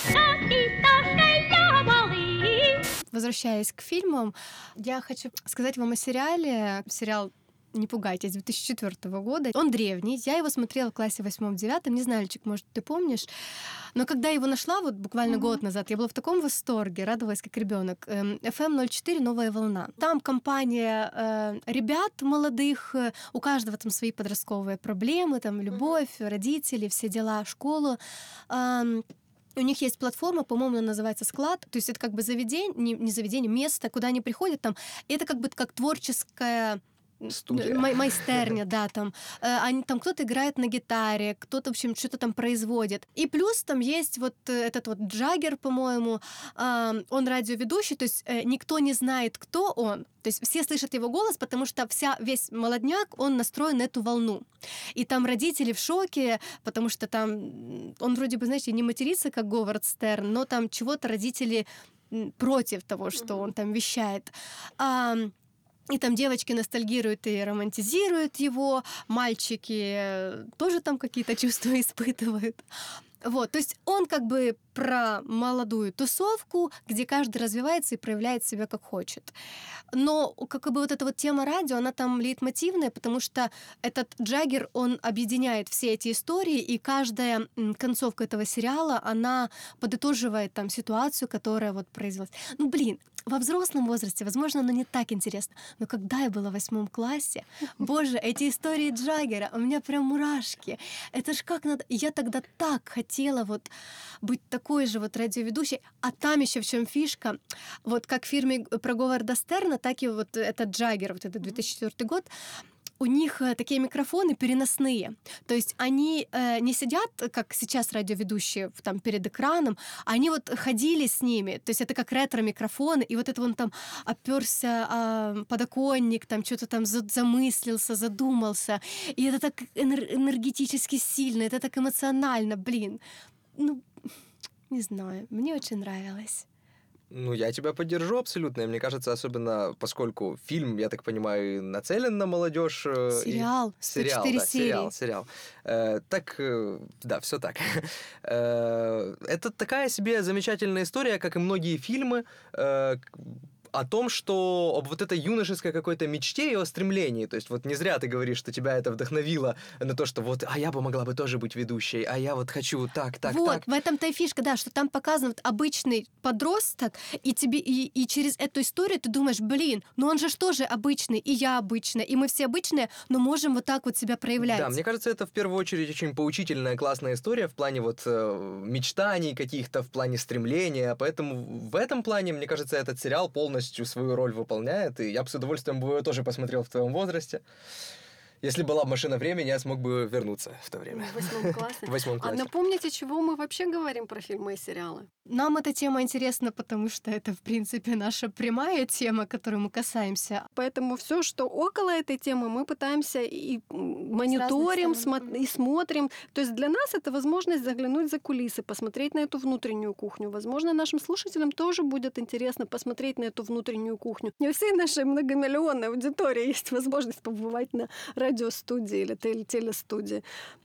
A: Возвращаясь к фильмам, я хочу сказать вам о сериале. Сериал «Не пугайтесь», 2004 года. Он древний. Я его смотрела в классе 8-9. Не знаю, Личик, может, ты помнишь. Но когда я его нашла, вот буквально год назад, я была в таком восторге, радовалась как ребенок. FM04 «Новая волна». Там компания ребят молодых, у каждого там свои подростковые проблемы, там любовь, родители, все дела, школу. У них есть платформа, по-моему, она называется «Склад». То есть это как бы заведение, не заведение, место, куда они приходят там. И это как бы как творческая
C: Студия.
A: майстерня, да, там. Там кто-то играет на гитаре, кто-то, в общем, что-то там производит. И плюс там есть вот этот вот Джаггер, по-моему, он радиоведущий, то есть никто не знает, кто он. То есть все слышат его голос, потому что весь молодняк, он настроен на эту волну. И там родители в шоке, потому что там он вроде бы, знаете, не матерится, как Говард Стерн, но там чего-то родители против того, что он там вещает. И там девочки ностальгируют и романтизируют его, мальчики тоже там какие-то чувства испытывают. Вот, то есть он как бы про молодую тусовку, где каждый развивается и проявляет себя как хочет. Но как бы вот эта вот тема радио, она там лейтмотивная, потому что этот Джаггер, он объединяет все эти истории, и каждая концовка этого сериала, она подытоживает там ситуацию, которая вот произвелась. Ну, блин, во взрослом возрасте, возможно, оно не так интересно, но когда я была в 8 классе, боже, эти истории Джаггера, у меня прям мурашки. Это ж как надо... Я тогда так хотела вот быть такой же вот радиоведущей, а там еще в чем фишка, вот как в фильме про Говарда Стерна, так и вот этот Джаггер, вот этот 2004 год, у них такие микрофоны переносные. То есть они не сидят, как сейчас радиоведущие там перед экраном, они вот ходили с ними. То есть это как ретро-микрофоны, и вот это он там оперся подоконник, там что-то там замыслился, задумался. И это так энергетически сильно, это так эмоционально, блин. Ну, не знаю, мне очень нравилось.
C: Ну, я тебя поддержу абсолютно. И мне кажется, особенно поскольку фильм, я так понимаю, нацелен на молодежь.
A: Сериал. 104 серии.
C: Сериал. Да, все так. Это такая себе замечательная история, как и многие фильмы, о том, что об вот этой юношеской какой-то мечте и о стремлении. То есть вот не зря ты говоришь, что тебя это вдохновило на то, что вот, а я бы могла бы тоже быть ведущей, а я вот хочу так.
A: Вот, в этом-то и фишка, да, что там показан вот обычный подросток, и тебе и через эту историю ты думаешь, блин, ну он же тоже обычный, и я обычная, и мы все обычные, но можем вот так вот себя проявлять.
C: Да, мне кажется, это в первую очередь очень поучительная, классная история в плане вот мечтаний каких-то, в плане стремления, поэтому в этом плане, мне кажется, этот сериал полностью свою роль выполняет, и я бы с удовольствием бы его тоже посмотрел в твоем возрасте. Если была бы машина времени, я смог бы вернуться в то время.
B: В 8 классе.
C: В 8
B: А
C: классе.
B: напомните, чего мы вообще говорим про фильмы и сериалы?
A: Нам эта тема интересна, потому что это, в принципе, наша прямая тема, которой мы касаемся.
B: Поэтому все, что около этой темы, мы пытаемся и мониторим, и смотрим. То есть для нас это возможность заглянуть за кулисы, посмотреть на эту внутреннюю кухню. Возможно, нашим слушателям тоже будет интересно посмотреть на эту внутреннюю кухню. Не у всей нашей многомиллионной аудитории есть возможность побывать на радиостудии или телестудии.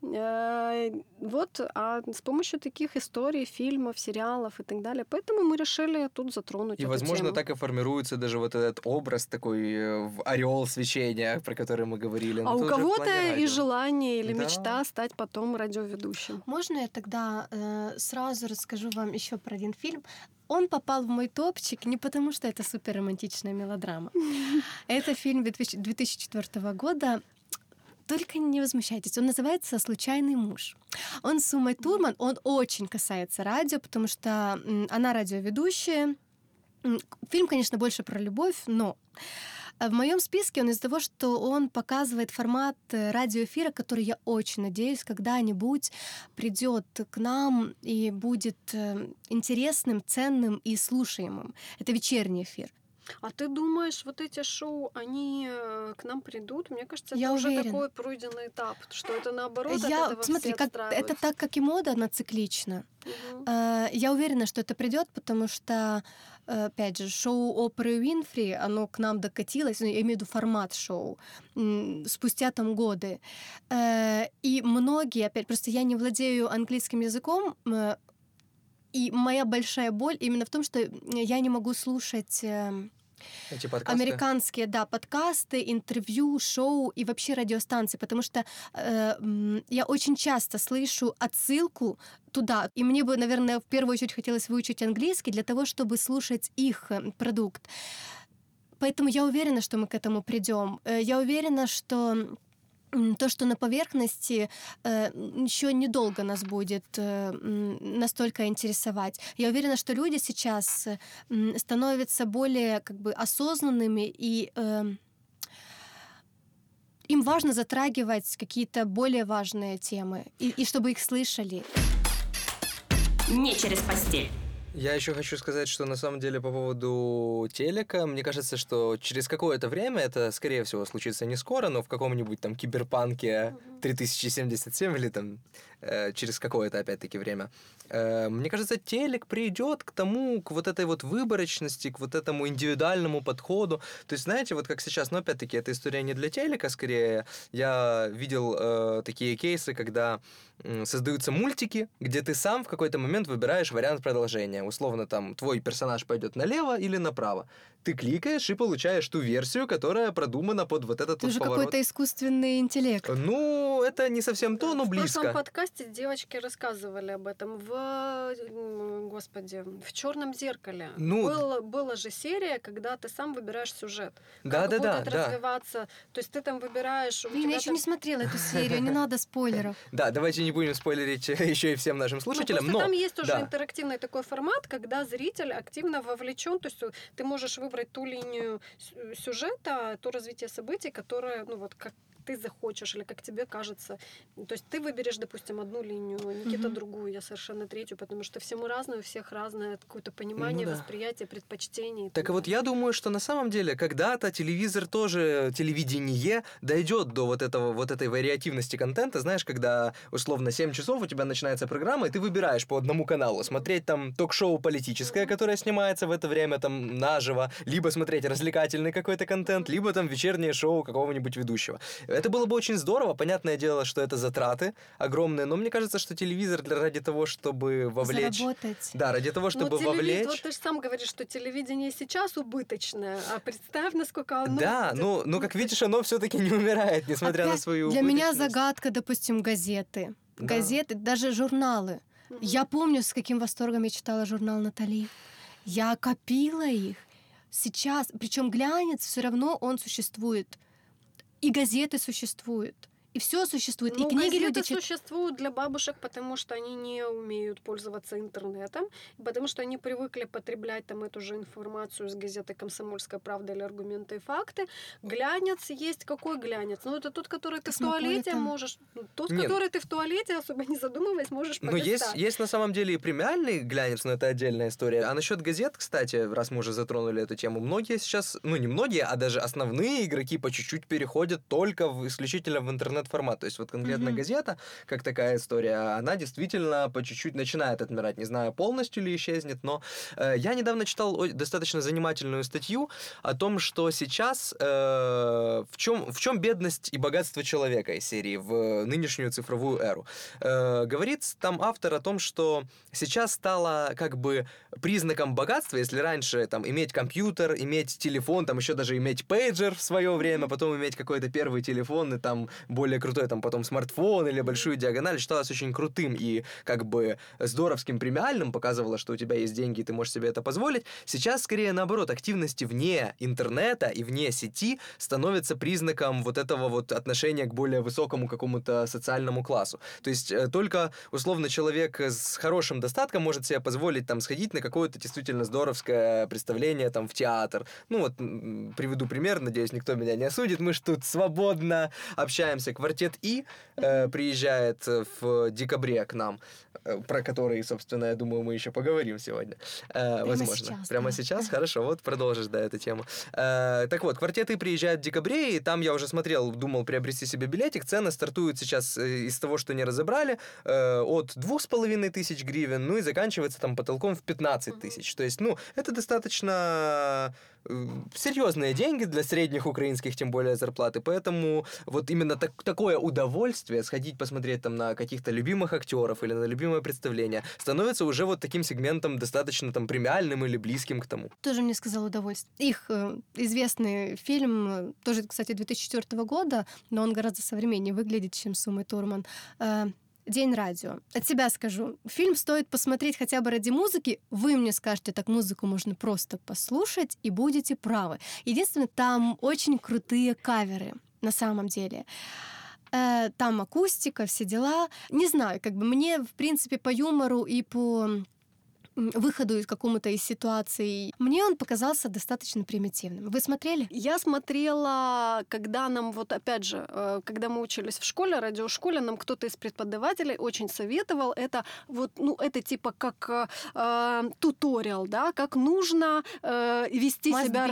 B: Вот, а с помощью таких историй, фильмов, сериалов и так далее. Поэтому мы решили тут затронуть
C: и,
B: эту
C: возможно,
B: тему.
C: так и формируется даже вот этот образ такой орел свечения, про который мы говорили.
B: А у кого-то и желание или
C: Да.
B: мечта стать потом радиоведущим.
A: Можно я тогда сразу расскажу вам еще про один фильм? Он попал в мой топчик не потому, что это суперромантичная мелодрама. Это фильм 2004 года. Только не возмущайтесь. Он называется «Случайный муж». Он с Умой Турман. Он очень касается радио, потому что она радиоведущая. Фильм, конечно, больше про любовь, но в моем списке он из-за того, что он показывает формат радиоэфира, который, я очень надеюсь, когда-нибудь придет к нам и будет интересным, ценным и слушаемым. Это вечерний эфир.
B: А ты думаешь, вот эти шоу, они к нам придут? Мне кажется, это
A: Я
B: уже
A: уверена.
B: такой пройденный этап, что это наоборот от этого
A: Смотри,
B: все
A: это так, как и мода, она циклична.
B: Мгм.
A: Я уверена, что это придет, потому что, опять же, шоу Опры Уинфри, оно к нам докатилось, я имею в виду формат шоу, спустя там годы. И многие, опять, просто я не владею английским языком, и моя большая боль именно в том, что я не могу слушать
C: Эти подкасты.
A: американские, да, подкасты, интервью, шоу и вообще радиостанции, потому что я очень часто слышу отсылку туда. И мне бы, наверное, в первую очередь хотелось выучить английский для того, чтобы слушать их продукт. Поэтому я уверена, что мы к этому придем. Я уверена, что то, что на поверхности, еще недолго нас будет настолько интересовать. Я уверена, что люди сейчас становятся более как бы осознанными и им важно затрагивать какие-то более важные темы, и чтобы их слышали.
E: Не через постель.
C: Я еще хочу сказать, что на самом деле по поводу телека, мне кажется, что через какое-то время, это, скорее всего, случится не скоро, но в каком-нибудь там киберпанке 3077 или там через какое-то, опять-таки, время, мне кажется, телек придет к тому, к вот этой вот выборочности, к вот этому индивидуальному подходу. То есть, знаете, вот как сейчас, но опять-таки, эта история не для телека, скорее. Я видел такие кейсы, когда создаются мультики, где ты сам в какой-то момент выбираешь вариант продолжения. Условно, там, твой персонаж пойдет налево или направо. Ты кликаешь и получаешь ту версию, которая продумана под вот этот
A: Это
C: вот
A: уже
C: поворот.
A: какой-то искусственный интеллект.
C: Ну, это не совсем то, но
B: В
C: близко.
B: прошлом подкасте девочки рассказывали об этом в «Черном зеркале».
C: Ну,
B: Была же серия, когда ты сам выбираешь сюжет.
C: Да.
B: Как будет развиваться. То есть ты там выбираешь...
A: Блин, я еще не смотрела эту серию, не надо спойлеров.
C: Да, давайте не будем спойлерить еще и всем нашим слушателям, но...
B: Там есть уже
C: да.
B: интерактивный такой формат, когда зритель активно вовлечен, то есть ты можешь выбрать ту линию сюжета, то развитие событий, которое, ну вот, как ты захочешь или как тебе кажется. То есть ты выберешь, допустим, одну линию, Никита другую, я совершенно третью, потому что все мы разные, у всех разное какое-то понимание, восприятие, предпочтение.
C: Так вот, я думаю, что на самом деле когда-то телевизор тоже, телевидение дойдет до вот этой вариативности контента, знаешь, когда условно 7 часов у тебя начинается программа, и ты выбираешь по одному каналу, смотреть там ток-шоу политическое, которое снимается в это время там наживо, либо смотреть развлекательный какой-то контент, либо там вечернее шоу какого-нибудь ведущего. Это было бы очень здорово, понятное дело, что это затраты огромные, но мне кажется, что телевизор ради того, чтобы вовлечь...
A: Заработать.
C: Да, ради того, чтобы вовлечь...
B: Вот ты же сам говоришь, что телевидение сейчас убыточное, а представь, насколько оно...
C: Да, ну как видишь, оно все-таки не умирает, несмотря на свою
A: Для меня
C: убыточность.
A: загадка, допустим, газеты.
C: Да.
A: Газеты, даже журналы. Я помню, с каким восторгом я читала журнал «Натали». Я копила их. Сейчас, причем глянец, все равно он существует. И газеты существуют. И все существует. И книги люди
B: газеты
A: читают.
B: существуют для бабушек, потому что они не умеют пользоваться интернетом, потому что они привыкли потреблять там эту же информацию из газеты «Комсомольская правда» или «Аргументы и факты». Глянец есть. Какой глянец? Ну, это тот, который ты в туалете можешь... который ты в туалете, особо не задумываясь, можешь полистать.
C: Ну, есть на самом деле и премиальный глянец, но это отдельная история. А насчет газет, кстати, раз мы уже затронули эту тему, многие сейчас, ну, не многие, а даже основные игроки по чуть-чуть переходят только исключительно в интернет формат. То есть вот конкретно газета, как такая история, она действительно по чуть-чуть начинает отмирать. Не знаю, полностью ли исчезнет, но я недавно читал достаточно занимательную статью о том, что сейчас в чем бедность и богатство человека из серии в нынешнюю цифровую эру. Говорит там автор о том, что сейчас стало как бы признаком богатства, если раньше там иметь компьютер, иметь телефон, там еще даже иметь пейджер в свое время, потом иметь какой-то первый телефон и там более крутой там потом смартфон или большую диагональ считалось очень крутым и как бы здоровским премиальным, показывало, что у тебя есть деньги и ты можешь себе это позволить. Сейчас скорее наоборот, активности вне интернета и вне сети становится признаком вот этого вот отношения к более высокому какому-то социальному классу. То есть только условно человек с хорошим достатком может себе позволить там сходить на какое-то действительно здоровское представление там в театр. Ну вот приведу пример, надеюсь, никто меня не осудит. Мы ж тут свободно общаемся. Квартет И приезжает в декабре к нам, про который, собственно, я думаю, мы еще поговорим сегодня. Возможно.
A: Сейчас,
C: Прямо
A: да.
C: сейчас? Хорошо, вот продолжишь, да, эту тему. Так вот, Квартет И приезжает в декабре, и там я уже смотрел, думал приобрести себе билетик. Цены стартуют сейчас из того, что не разобрали, от 2500 гривен, ну и заканчивается там потолком в 15 тысяч. То есть, ну, это достаточно серьезные деньги для средних украинских, тем более, зарплаты. Поэтому вот именно такое удовольствие сходить посмотреть там на каких-то любимых актеров или на любимое представление становится уже вот таким сегментом достаточно там премиальным или близким к тому.
A: Тоже мне сказал удовольствие. Их известный фильм, тоже, кстати, 2004 года, но он гораздо современнее выглядит, чем с Умой Турман. «День радио». От себя скажу. Фильм стоит посмотреть хотя бы ради музыки. Вы мне скажете, так музыку можно просто послушать, и будете правы. Единственное, там очень крутые каверы, на самом деле. Там акустика, все дела. Не знаю, как бы мне, в принципе, по юмору и по выходу из какому-то из ситуаций. Мне он показался достаточно примитивным. Вы смотрели?
B: Я смотрела, когда нам, вот опять же, когда мы учились в школе, радиошколе, нам кто-то из преподавателей очень советовал это, вот, ну, это типа как туториал, да, как нужно вести себя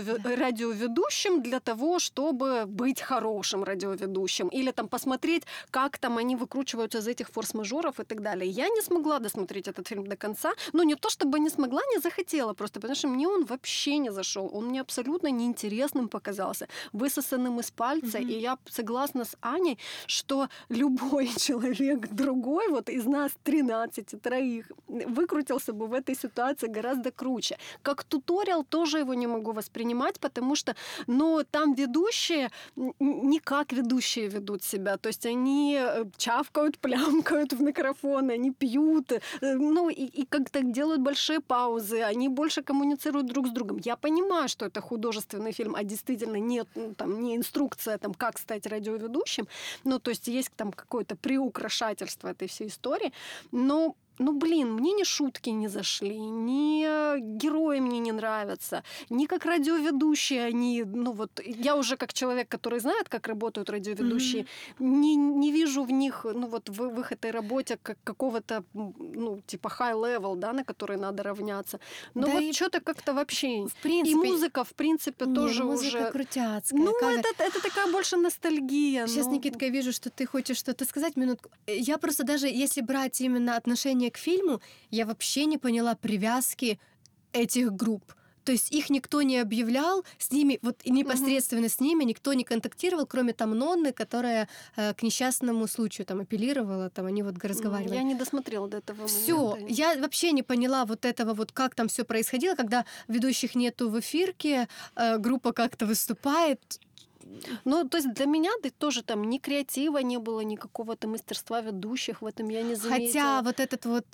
B: радиоведущим для того, чтобы быть хорошим радиоведущим, или там посмотреть, как там они выкручиваются из этих форс-мажоров и так далее. Я не смогла досмотреть этот фильм до конца, но не то чтобы не смогла, не захотела просто, потому что мне он вообще не зашел, он мне абсолютно неинтересным показался, высосанным из пальца, и я согласна с Аней, что любой человек другой, вот из нас 13 троих, выкрутился бы в этой ситуации гораздо круче. Как туториал тоже его не могу воспринимать, потому что, ну, там ведущие не как ведущие ведут себя, то есть они чавкают, плямкают в микрофон, они пьют, ну, и как-то делают большие паузы, они больше коммуницируют друг с другом. Я понимаю, что это художественный фильм, а действительно нет, ну, там, не инструкция, там, как стать радиоведущим, ну, то есть есть там какое-то приукрашательство этой всей истории, но блин, мне ни шутки не зашли, ни герои мне не нравятся, ни как радиоведущие они, ну вот, я уже как человек, который знает, как работают радиоведущие, не вижу в них, ну вот, в их этой работе какого-то, ну, типа high-level, да, на который надо равняться. Но да, вот что-то как-то вообще...
A: В принципе...
B: И музыка, в принципе, тоже
A: музыка
B: уже...
A: крутяцкая.
B: Ну, это такая больше ностальгия.
A: Сейчас, Никитка, я вижу, что ты хочешь что-то сказать. Минутку. Я просто даже, если брать именно отношение к фильму, я вообще не поняла привязки этих групп. То есть их никто не объявлял, с ними, вот непосредственно с ними никто не контактировал, кроме там Нонны, которая к несчастному случаю там апеллировала, там они вот разговаривали.
B: Я не досмотрела до этого момента.
A: Всё, я вообще не поняла вот этого вот, как там все происходило, когда ведущих нету в эфирке, группа как-то выступает.
B: Ну, то есть для меня тоже там ни креатива не было, ни какого-то мастерства ведущих в этом я не заметила.
A: Хотя вот этот вот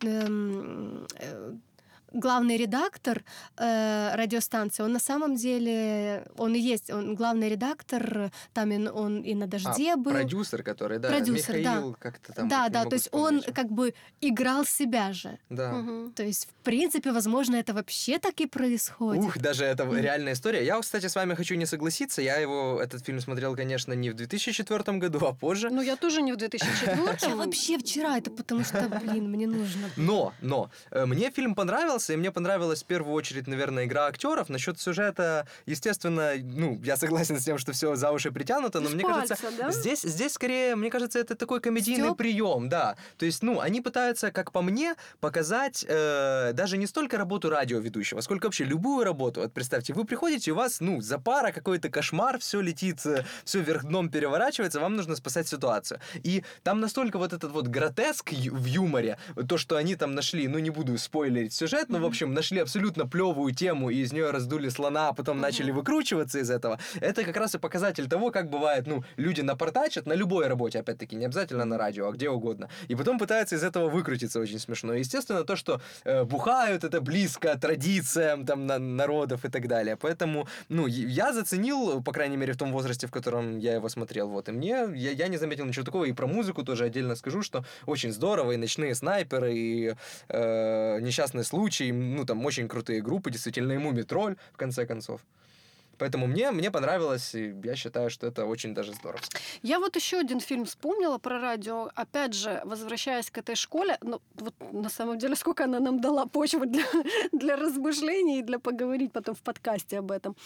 A: главный редактор радиостанции, он на самом деле, он и есть, он главный редактор, там он и на «Дожде» был.
C: Продюсер, который, да,
A: продюсер,
C: Михаил,
A: да.
C: как-то там.
A: Да, то есть он как бы играл себя же.
C: Да.
A: То есть, в принципе, возможно, это вообще так и происходит.
C: Даже это реальная история. Я, кстати, с вами хочу не согласиться. Я этот фильм смотрел, конечно, не в 2004 году, а позже.
B: Ну, я тоже не в 2004.
A: Я вообще вчера, это потому что, блин, мне нужно.
C: Но мне фильм понравился, и мне понравилась в первую очередь, наверное, игра актеров. Насчет сюжета, естественно, ну, я согласен с тем, что все за уши притянуто, но мне кажется,
B: да?
C: здесь скорее, мне кажется, это такой комедийный прием, да. То есть, ну, они пытаются, как по мне, показать даже не столько работу радиоведущего, сколько вообще любую работу. Вот представьте, вы приходите, у вас, ну, запара, какой-то кошмар, все летит, все вверх дном переворачивается, вам нужно спасать ситуацию. И там настолько вот этот вот гротеск в юморе, то, что они там нашли, ну, не буду спойлерить сюжет, но, в общем, нашли абсолютно плевую тему, и из нее раздули слона, а потом начали выкручиваться из этого. Это как раз и показатель того, как бывает, ну, люди напортачат на любой работе, опять-таки, не обязательно на радио, а где угодно. И потом пытаются из этого выкрутиться очень смешно. И, естественно, то, что бухают, это близко традициям там народов и так далее. Поэтому, ну, я заценил, по крайней мере, в том возрасте, в котором я его смотрел. Вот. И я не заметил ничего такого. И про музыку тоже отдельно скажу, что очень здорово. И «Ночные снайперы», и «Несчастный случай», ну, там очень крутые группы, действительно, и «Мумий-тролль», в конце концов. Поэтому мне понравилось, и я считаю, что это очень даже здорово.
B: Я вот еще один фильм вспомнила про радио. Опять же, возвращаясь к этой школе, ну, вот на самом деле, сколько она нам дала почвы для размышлений и для поговорить потом в подкасте об этом.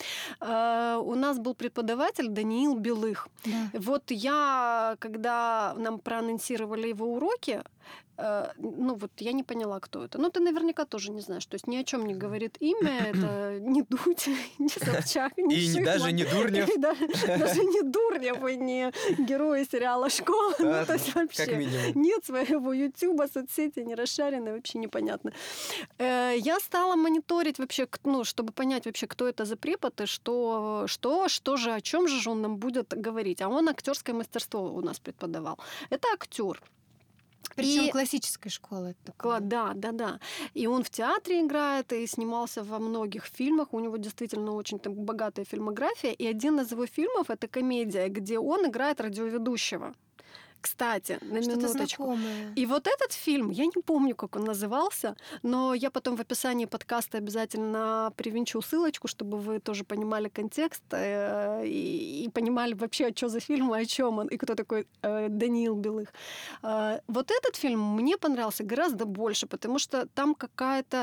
B: У нас был преподаватель Даниил Белых. Да. Вот я, когда нам проанонсировали его уроки, ну вот я не поняла, кто это. Ну, ты наверняка тоже не знаешь. То есть ни о чем не говорит имя. Это не Дудь, не Собчак, не
C: И даже не Дурнев.
B: Даже не Дурнев и не герои сериала «Школа». Ну, то есть вообще нет своего ютуба, соцсети не расшарены, вообще непонятно. Я стала мониторить вообще, ну, чтобы понять вообще, кто это за препод и что же, о чем же он нам будет говорить. А он актерское мастерство у нас преподавал. Это актер.
A: Причем классической школы.
B: Да. И он в театре играет и снимался во многих фильмах. У него действительно очень там богатая фильмография. И один из его фильмов — это комедия, где он играет радиоведущего. Кстати, на
A: Что-то
B: минуточку.
A: знакомое.
B: И вот этот фильм, я не помню, как он назывался, но я потом в описании подкаста обязательно привинчу ссылочку, чтобы вы тоже понимали контекст и понимали вообще, что за фильм и о чем он, и кто такой Даниил Белых. Вот этот фильм мне понравился гораздо больше, потому что там какая-то...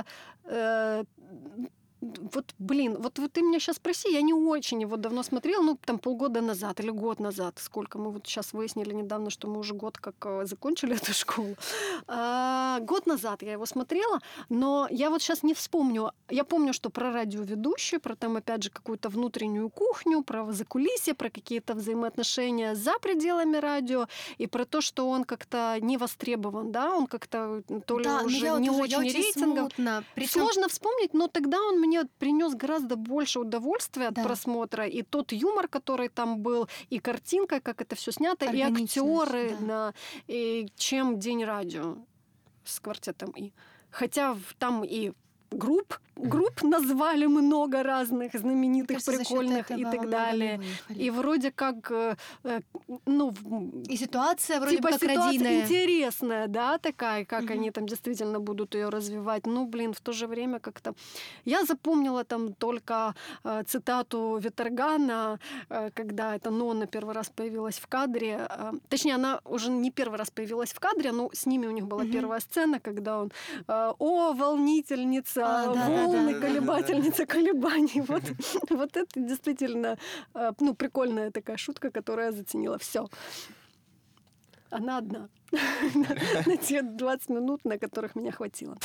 B: Вот, блин, вот ты меня сейчас спроси, я не очень его давно смотрела, ну, там полгода назад или год назад, сколько мы вот сейчас выяснили недавно, что мы уже год как закончили эту школу. Год назад я его смотрела, но я вот сейчас не вспомню. Я помню, что про радиоведущую, про там, опять же, какую-то внутреннюю кухню, про закулисье, про какие-то взаимоотношения за пределами радио, и про то, что он как-то не востребован, да, он как-то то ли
A: Да, но
B: уже
A: я вот
B: не
A: уже,
B: очень
A: я
B: рейтингов.
A: смутно. Причем
B: Сложно вспомнить, но тогда он мне принес гораздо больше удовольствия от
A: Да. просмотра.
B: И тот юмор, который там был, и картинка, как это все снято, и
A: Органичность,
B: актеры,
A: да.
B: да, и чем День радио с квартетом И. Хотя там и групп назвали много разных знаменитых,
A: кажется, за счет
B: прикольных
A: этого
B: и
A: во
B: так
A: много
B: далее.
A: не выехали.
B: И вроде как, ну,
A: И ситуация вроде
B: типа
A: бы как
B: ситуация
A: родийная.
B: интересная, да, такая, как
A: Мгм.
B: они там действительно будут ее развивать. Ну, блин, в то же время как-то... Я запомнила там только цитату Витергана, когда эта Нонна первый раз появилась в кадре. Точнее, она уже не первый раз появилась в кадре, но с ними у них была
A: Мгм.
B: первая сцена, когда он «О, волнительница, волны,
C: да.
B: колебательница колебаний». Вот это действительно ну, прикольная такая шутка, которую я заценила. Все. Она одна. На те 20 минут, на которых меня хватило.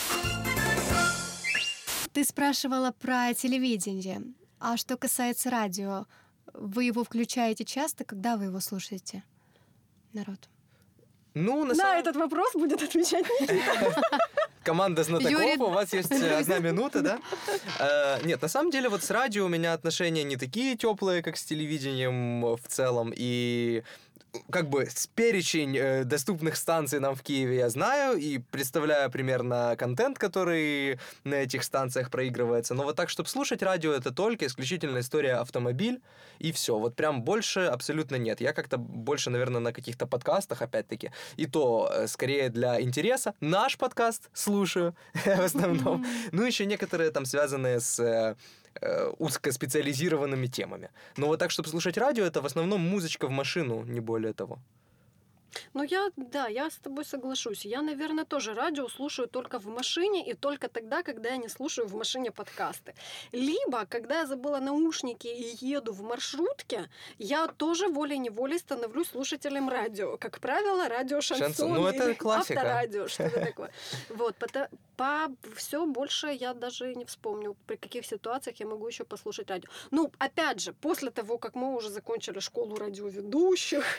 A: Ты спрашивала про телевидение. А что касается радио, вы его включаете часто, когда вы его слушаете? Народ.
C: Ну, на
B: На
C: самом
B: этот вопрос будет отвечать Никита.
C: команда знатоков,
A: Юрий-
C: у вас есть 1 минута, да? Нет, на самом деле вот с радио у меня отношения не такие теплые, как с телевидением в целом, и как бы с перечень доступных станций нам в Киеве я знаю и представляю примерно контент, который на этих станциях проигрывается. Но вот так, чтобы слушать радио, это только исключительно история автомобиль, и все. Вот прям больше абсолютно нет. Я как-то больше, наверное, на каких-то подкастах, опять-таки, и то скорее для интереса. Наш подкаст слушаю в основном. Ну, еще некоторые там связанные с узкоспециализированными темами. Но вот так, чтобы слушать радио, это в основном музычка в машину, не более того.
B: Ну, я с тобой соглашусь. Я, наверное, тоже радио слушаю только в машине и только тогда, когда я не слушаю в машине подкасты. Либо, когда я забыла наушники и еду в маршрутке, я тоже волей-неволей становлюсь слушателем радио. Как правило, радио шансон
C: Ну, это
B: или
C: классика.
B: авторадио, что-то такое. Вот, все больше я даже не вспомню, при каких ситуациях я могу еще послушать радио. Ну, опять же, после того, как мы уже закончили школу радиоведущих,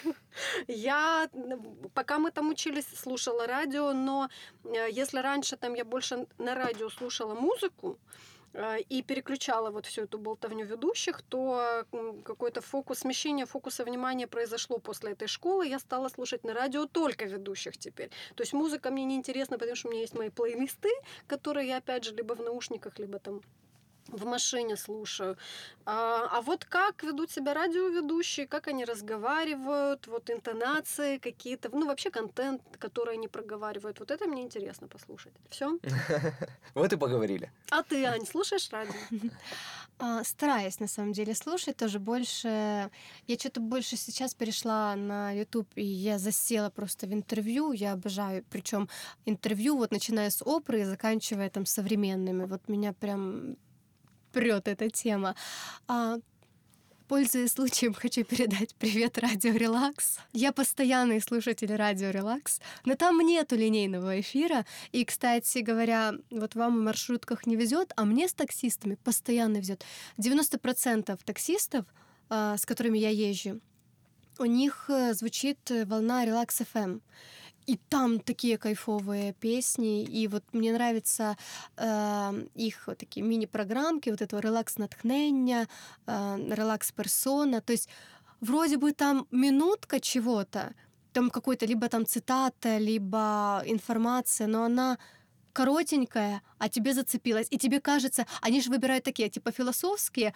B: пока мы там учились, слушала радио, но если раньше там я больше на радио слушала музыку и переключала вот всю эту болтовню ведущих, то какой-то смещение фокуса внимания произошло после этой школы. Я стала слушать на радио только ведущих теперь. То есть музыка мне не интересна, потому что у меня есть мои плейлисты, которые я, опять же, либо в наушниках, либо там в машине слушаю. А вот как ведут себя радиоведущие, как они разговаривают, вот интонации какие-то, ну вообще контент, который они проговаривают, вот это мне интересно послушать. Все.
C: Вот и поговорили.
B: А ты, Ань, слушаешь радио?
A: Стараюсь, на самом деле, слушать тоже больше. Я что-то больше сейчас перешла на YouTube, и я засела просто в интервью. Я обожаю, причем интервью, вот начиная с оперы и заканчивая там современными. Вот меня прям прет эта тема. Пользуясь случаем, хочу передать привет Радио Релакс. Я постоянный слушатель Радио Релакс, но там нету линейного эфира. И, кстати говоря, вот вам в маршрутках не везет, а мне с таксистами постоянно везет. 90% таксистов, с которыми я езжу, у них звучит волна Релакс FM. И там такие кайфовые песни, и вот мне нравятся их вот такие мини-программки, вот этого релакс-натхнення, релакс-персона, то есть вроде бы там минутка чего-то, там какой-то либо там цитата, либо информация, но она коротенькая, а тебе зацепилась, и тебе кажется, они же выбирают такие, типа философские,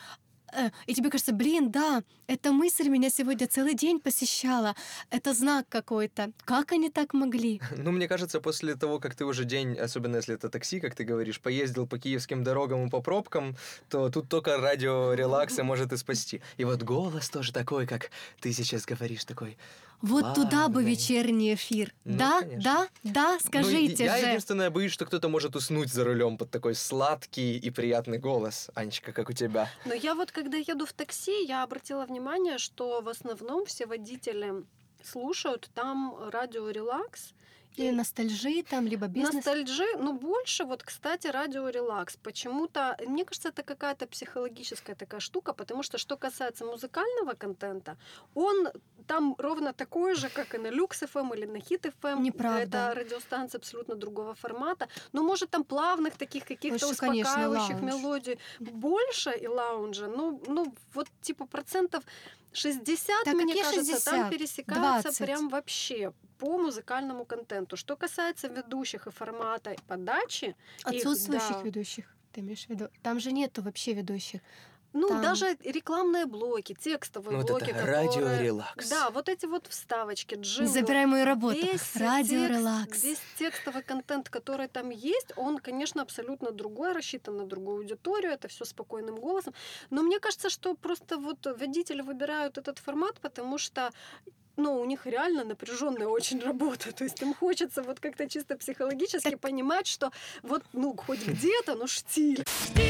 A: И тебе кажется, блин, да, эта мысль меня сегодня целый день посещала. Это знак какой-то. Как они так могли?
C: Ну, мне кажется, после того, как ты уже день, особенно если это такси, как ты говоришь, поездил по киевским дорогам и по пробкам, то тут только радио релакса может и спасти. И вот голос тоже такой, как ты сейчас говоришь, такой...
A: Вот туда бы
C: плавный.
A: вечерний эфир.
C: Ну,
A: Да,
C: конечно.
A: да, скажите
C: я
A: же.
C: единственное боюсь, что кто-то может уснуть за рулем под такой сладкий и приятный голос. Анечка, как у тебя?
B: Но я вот, когда еду в такси, я обратила внимание, что в основном все водители слушают там радио «Релакс».
A: Или ностальжи там, либо бизнес.
B: Ностальжи, но больше, вот, кстати, радио «Релакс». Почему-то, мне кажется, это какая-то психологическая такая штука, потому что касается музыкального контента, он там ровно такой же, как и на Люкс ФМ или на Хит ФМ.
A: Неправда.
B: Это радиостанция абсолютно другого формата. Но, может, там плавных таких каких-то
A: Больше, конечно,
B: успокаивающих
A: лаунж.
B: мелодий больше и лаунжа. Ну, вот типа процентов 60,
A: Да
B: мне
A: какие
B: кажется,
A: 60?
B: там пересекается
A: 20.
B: прям вообще по музыкальному контенту. Что касается ведущих и формата подачи, их,
A: Отсутствующих
B: да.
A: ведущих, ты имеешь в виду? Там же нету вообще ведущих.
B: Ну,
A: Там-
B: даже рекламные блоки, текстовые
C: Ну, вот
B: блоки,
C: это радио
B: которые...
C: «Релакс».
B: Да, вот эти вот вставочки,
A: Не
B: джинглы.
A: забирай мою работу.
B: Весь
A: Радио
B: текст,
A: «Релакс».
B: Весь текстовый контент, который там есть, он, конечно, абсолютно другой, рассчитан на другую аудиторию, это все спокойным голосом. Но мне кажется, что просто вот водители выбирают этот формат, потому что у них реально напряженная очень работа. То есть им хочется вот как-то чисто психологически понимать, что вот, хоть где-то, но штиль.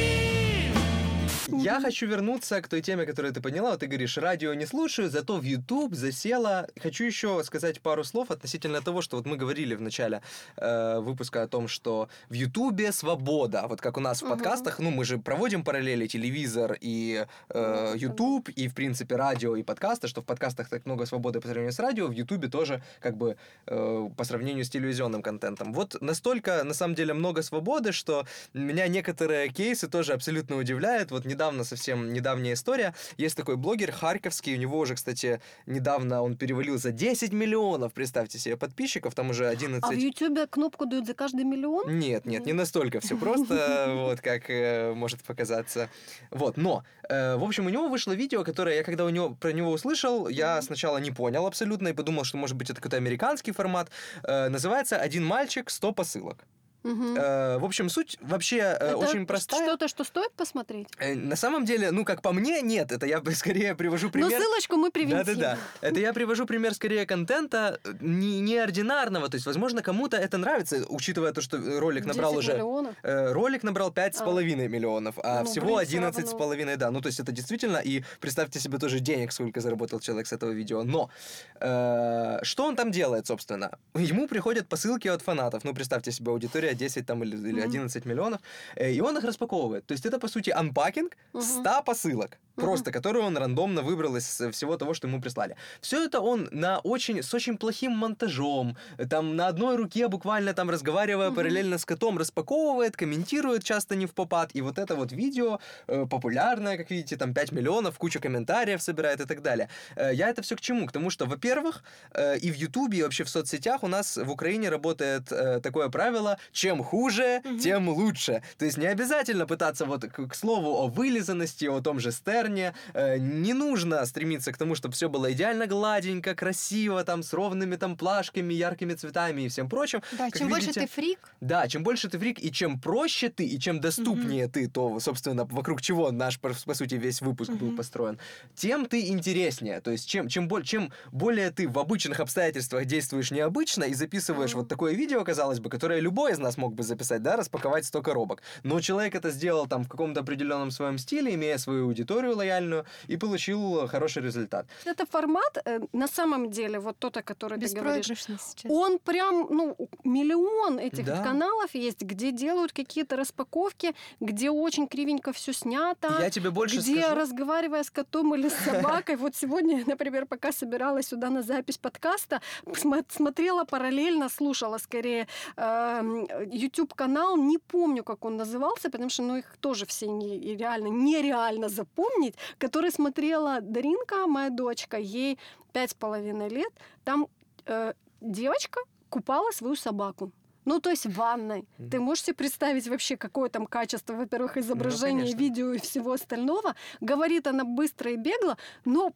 C: Я хочу вернуться к той теме, которую ты подняла. Вот ты говоришь, радио не слушаю, зато в YouTube засела. Хочу еще сказать пару слов относительно того, что вот мы говорили в начале выпуска о том, что в YouTube свобода. Вот как у нас в подкастах, мы же проводим параллели телевизор и YouTube, и, в принципе, радио и подкасты, что в подкастах так много свободы по сравнению с радио, в YouTube тоже как бы по сравнению с телевизионным контентом. Вот настолько, на самом деле, много свободы, что меня некоторые кейсы тоже абсолютно удивляют. Вот совсем недавняя история. Есть такой блогер харьковский, у него уже, кстати, недавно он перевалил за 10 миллионов, представьте себе, подписчиков, там уже 11...
B: А в Ютубе кнопку дают за каждый миллион?
C: Нет, не настолько все просто, вот как может показаться. Вот, но, в общем, у него вышло видео, которое я когда про него услышал, я сначала не понял абсолютно и подумал, что, может быть, это какой-то американский формат. Называется «Один мальчик, 100 посылок». В общем, суть вообще
B: Это
C: очень простая.
B: Что-то, что стоит посмотреть?
C: На самом деле, как по мне, нет. Это я скорее привожу пример...
B: Но ссылочку мы привинтим.
C: Да. Это я привожу пример скорее контента неординарного. То есть, возможно, кому-то это нравится, учитывая то, что ролик набрал
B: 10
C: уже...
B: миллионов?
C: Ролик набрал 5,5 миллионов, а всего
B: всё
C: 11,5, да. Ну, то есть, это действительно... И представьте себе тоже денег, сколько заработал человек с этого видео. Но что он там делает, собственно? Ему приходят посылки от фанатов. Ну, представьте себе, аудитория 10 там, или 11 миллионов, и он их распаковывает. То есть это, по сути, анпакинг 100 посылок, просто, которые он рандомно выбрал из всего того, что ему прислали. Все это он с очень плохим монтажом, там на одной руке буквально там разговаривая параллельно с котом, распаковывает, комментирует, часто не в попад, и вот это вот видео популярное, как видите, там 5 миллионов, куча комментариев собирает и так далее. Я это все к чему? К тому, что, во-первых, и в Ютубе, и вообще в соцсетях у нас в Украине работает такое правило: чем хуже, тем лучше. То есть не обязательно пытаться, вот к слову о вылизанности, о том же Стерне, не нужно стремиться к тому, чтобы все было идеально гладенько, красиво, там, с ровными там плашками, яркими цветами и всем прочим.
A: Да,
C: Как
A: чем больше
C: видите,
A: ты фрик,
C: да, чем больше ты фрик, и чем проще ты, и чем доступнее ты, то, собственно, вокруг чего наш, по сути, весь выпуск был построен, тем ты интереснее. То есть чем более ты в обычных обстоятельствах действуешь необычно и записываешь вот такое видео, казалось бы, которое любой из нас мог бы записать, да, распаковать 100 коробок. Но человек это сделал там в каком-то определенном своем стиле, имея свою аудиторию лояльную, и получил хороший результат.
B: Это формат, на самом деле, вот тот, о котором ты говоришь,
A: беспроигрышный сейчас.
B: он прям, миллион этих
C: Да.
B: каналов есть, где делают какие-то распаковки, где очень кривенько все снято.
C: Я тебе больше
B: где,
C: скажу.
B: разговаривая с котом или с собакой, вот сегодня, например, пока собиралась сюда на запись подкаста, смотрела параллельно, слушала скорее YouTube-канал, не помню, как он назывался, потому что, их тоже все нереально запомнить, который смотрела Даринка, моя дочка, ей 5,5 лет, там девочка купала свою собаку. Ну, то есть в ванной. Ты можешь себе представить вообще, какое там качество, во-первых, изображения,
C: конечно.
B: видео и всего остального. Говорит она быстро и бегло, но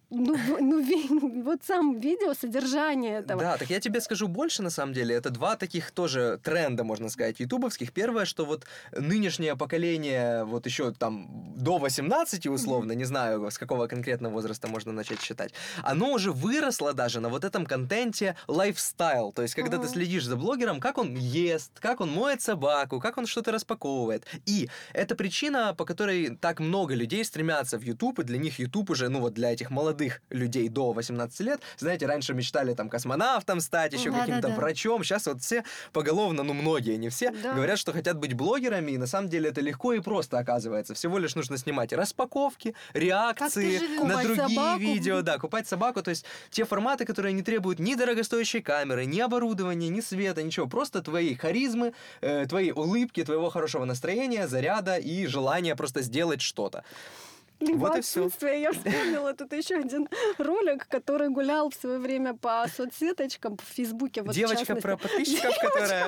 B: вот сам видео, содержание этого.
C: Да, так я тебе скажу больше, на самом деле. Это два таких тоже тренда, можно сказать, ютубовских. Первое, что вот нынешнее поколение, вот еще там до 18 условно, не знаю, с какого конкретно возраста можно начать считать, оно уже выросло даже на вот этом контенте лайфстайл. То есть, когда ты следишь за блогером, как он ест, как он моет собаку, как он что-то распаковывает. И это причина, по которой так много людей стремятся в YouTube, и для них YouTube уже, ну вот для этих молодых людей до 18 лет, знаете, раньше мечтали там космонавтом стать, еще каким-то врачом, сейчас вот все поголовно, ну многие, не все, говорят, что хотят быть блогерами, и на самом деле это легко и просто оказывается. Всего лишь нужно снимать распаковки, реакции на другие видео, да, купать собаку, то есть те форматы, которые не требуют ни дорогостоящей камеры, ни оборудования, ни света, ничего, просто твоей харизмы, твоей улыбки, твоего хорошего настроения, заряда и желания просто сделать что-то. Вот и все.
B: Я вспомнила тут еще один ролик, который гулял в свое время по соцсеточкам, в Фейсбуке. Вот
C: Девочка про подписчиков, которая...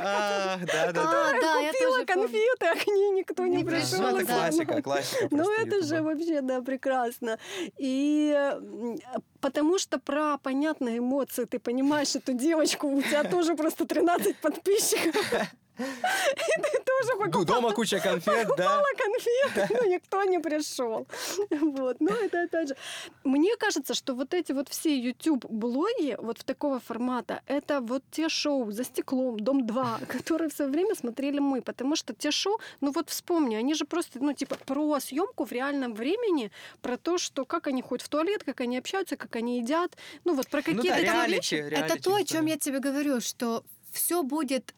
B: Купила конфеты, а к ней никто не пришел.
C: Ну, это классика.
B: Ну, это же вообще, да, прекрасно. И потому что про понятные эмоции ты понимаешь эту девочку, у тебя тоже просто 13 подписчиков. И ты тоже покупала.
C: Дома куча конфет, да.
B: Конфеты, но никто не пришел. Вот. Но это опять же. Мне кажется, что вот эти вот все YouTube-блоги вот такого формата, это вот те шоу «За стеклом», «Дом-2», которые в свое время смотрели мы. Потому что те шоу, ну вот вспомни, они же просто, ну типа про съемку в реальном времени, про то, что как они ходят в туалет, как они общаются, как они едят. Ну вот про какие-то вещи.
A: Это то, о чем я тебе говорю, что все будет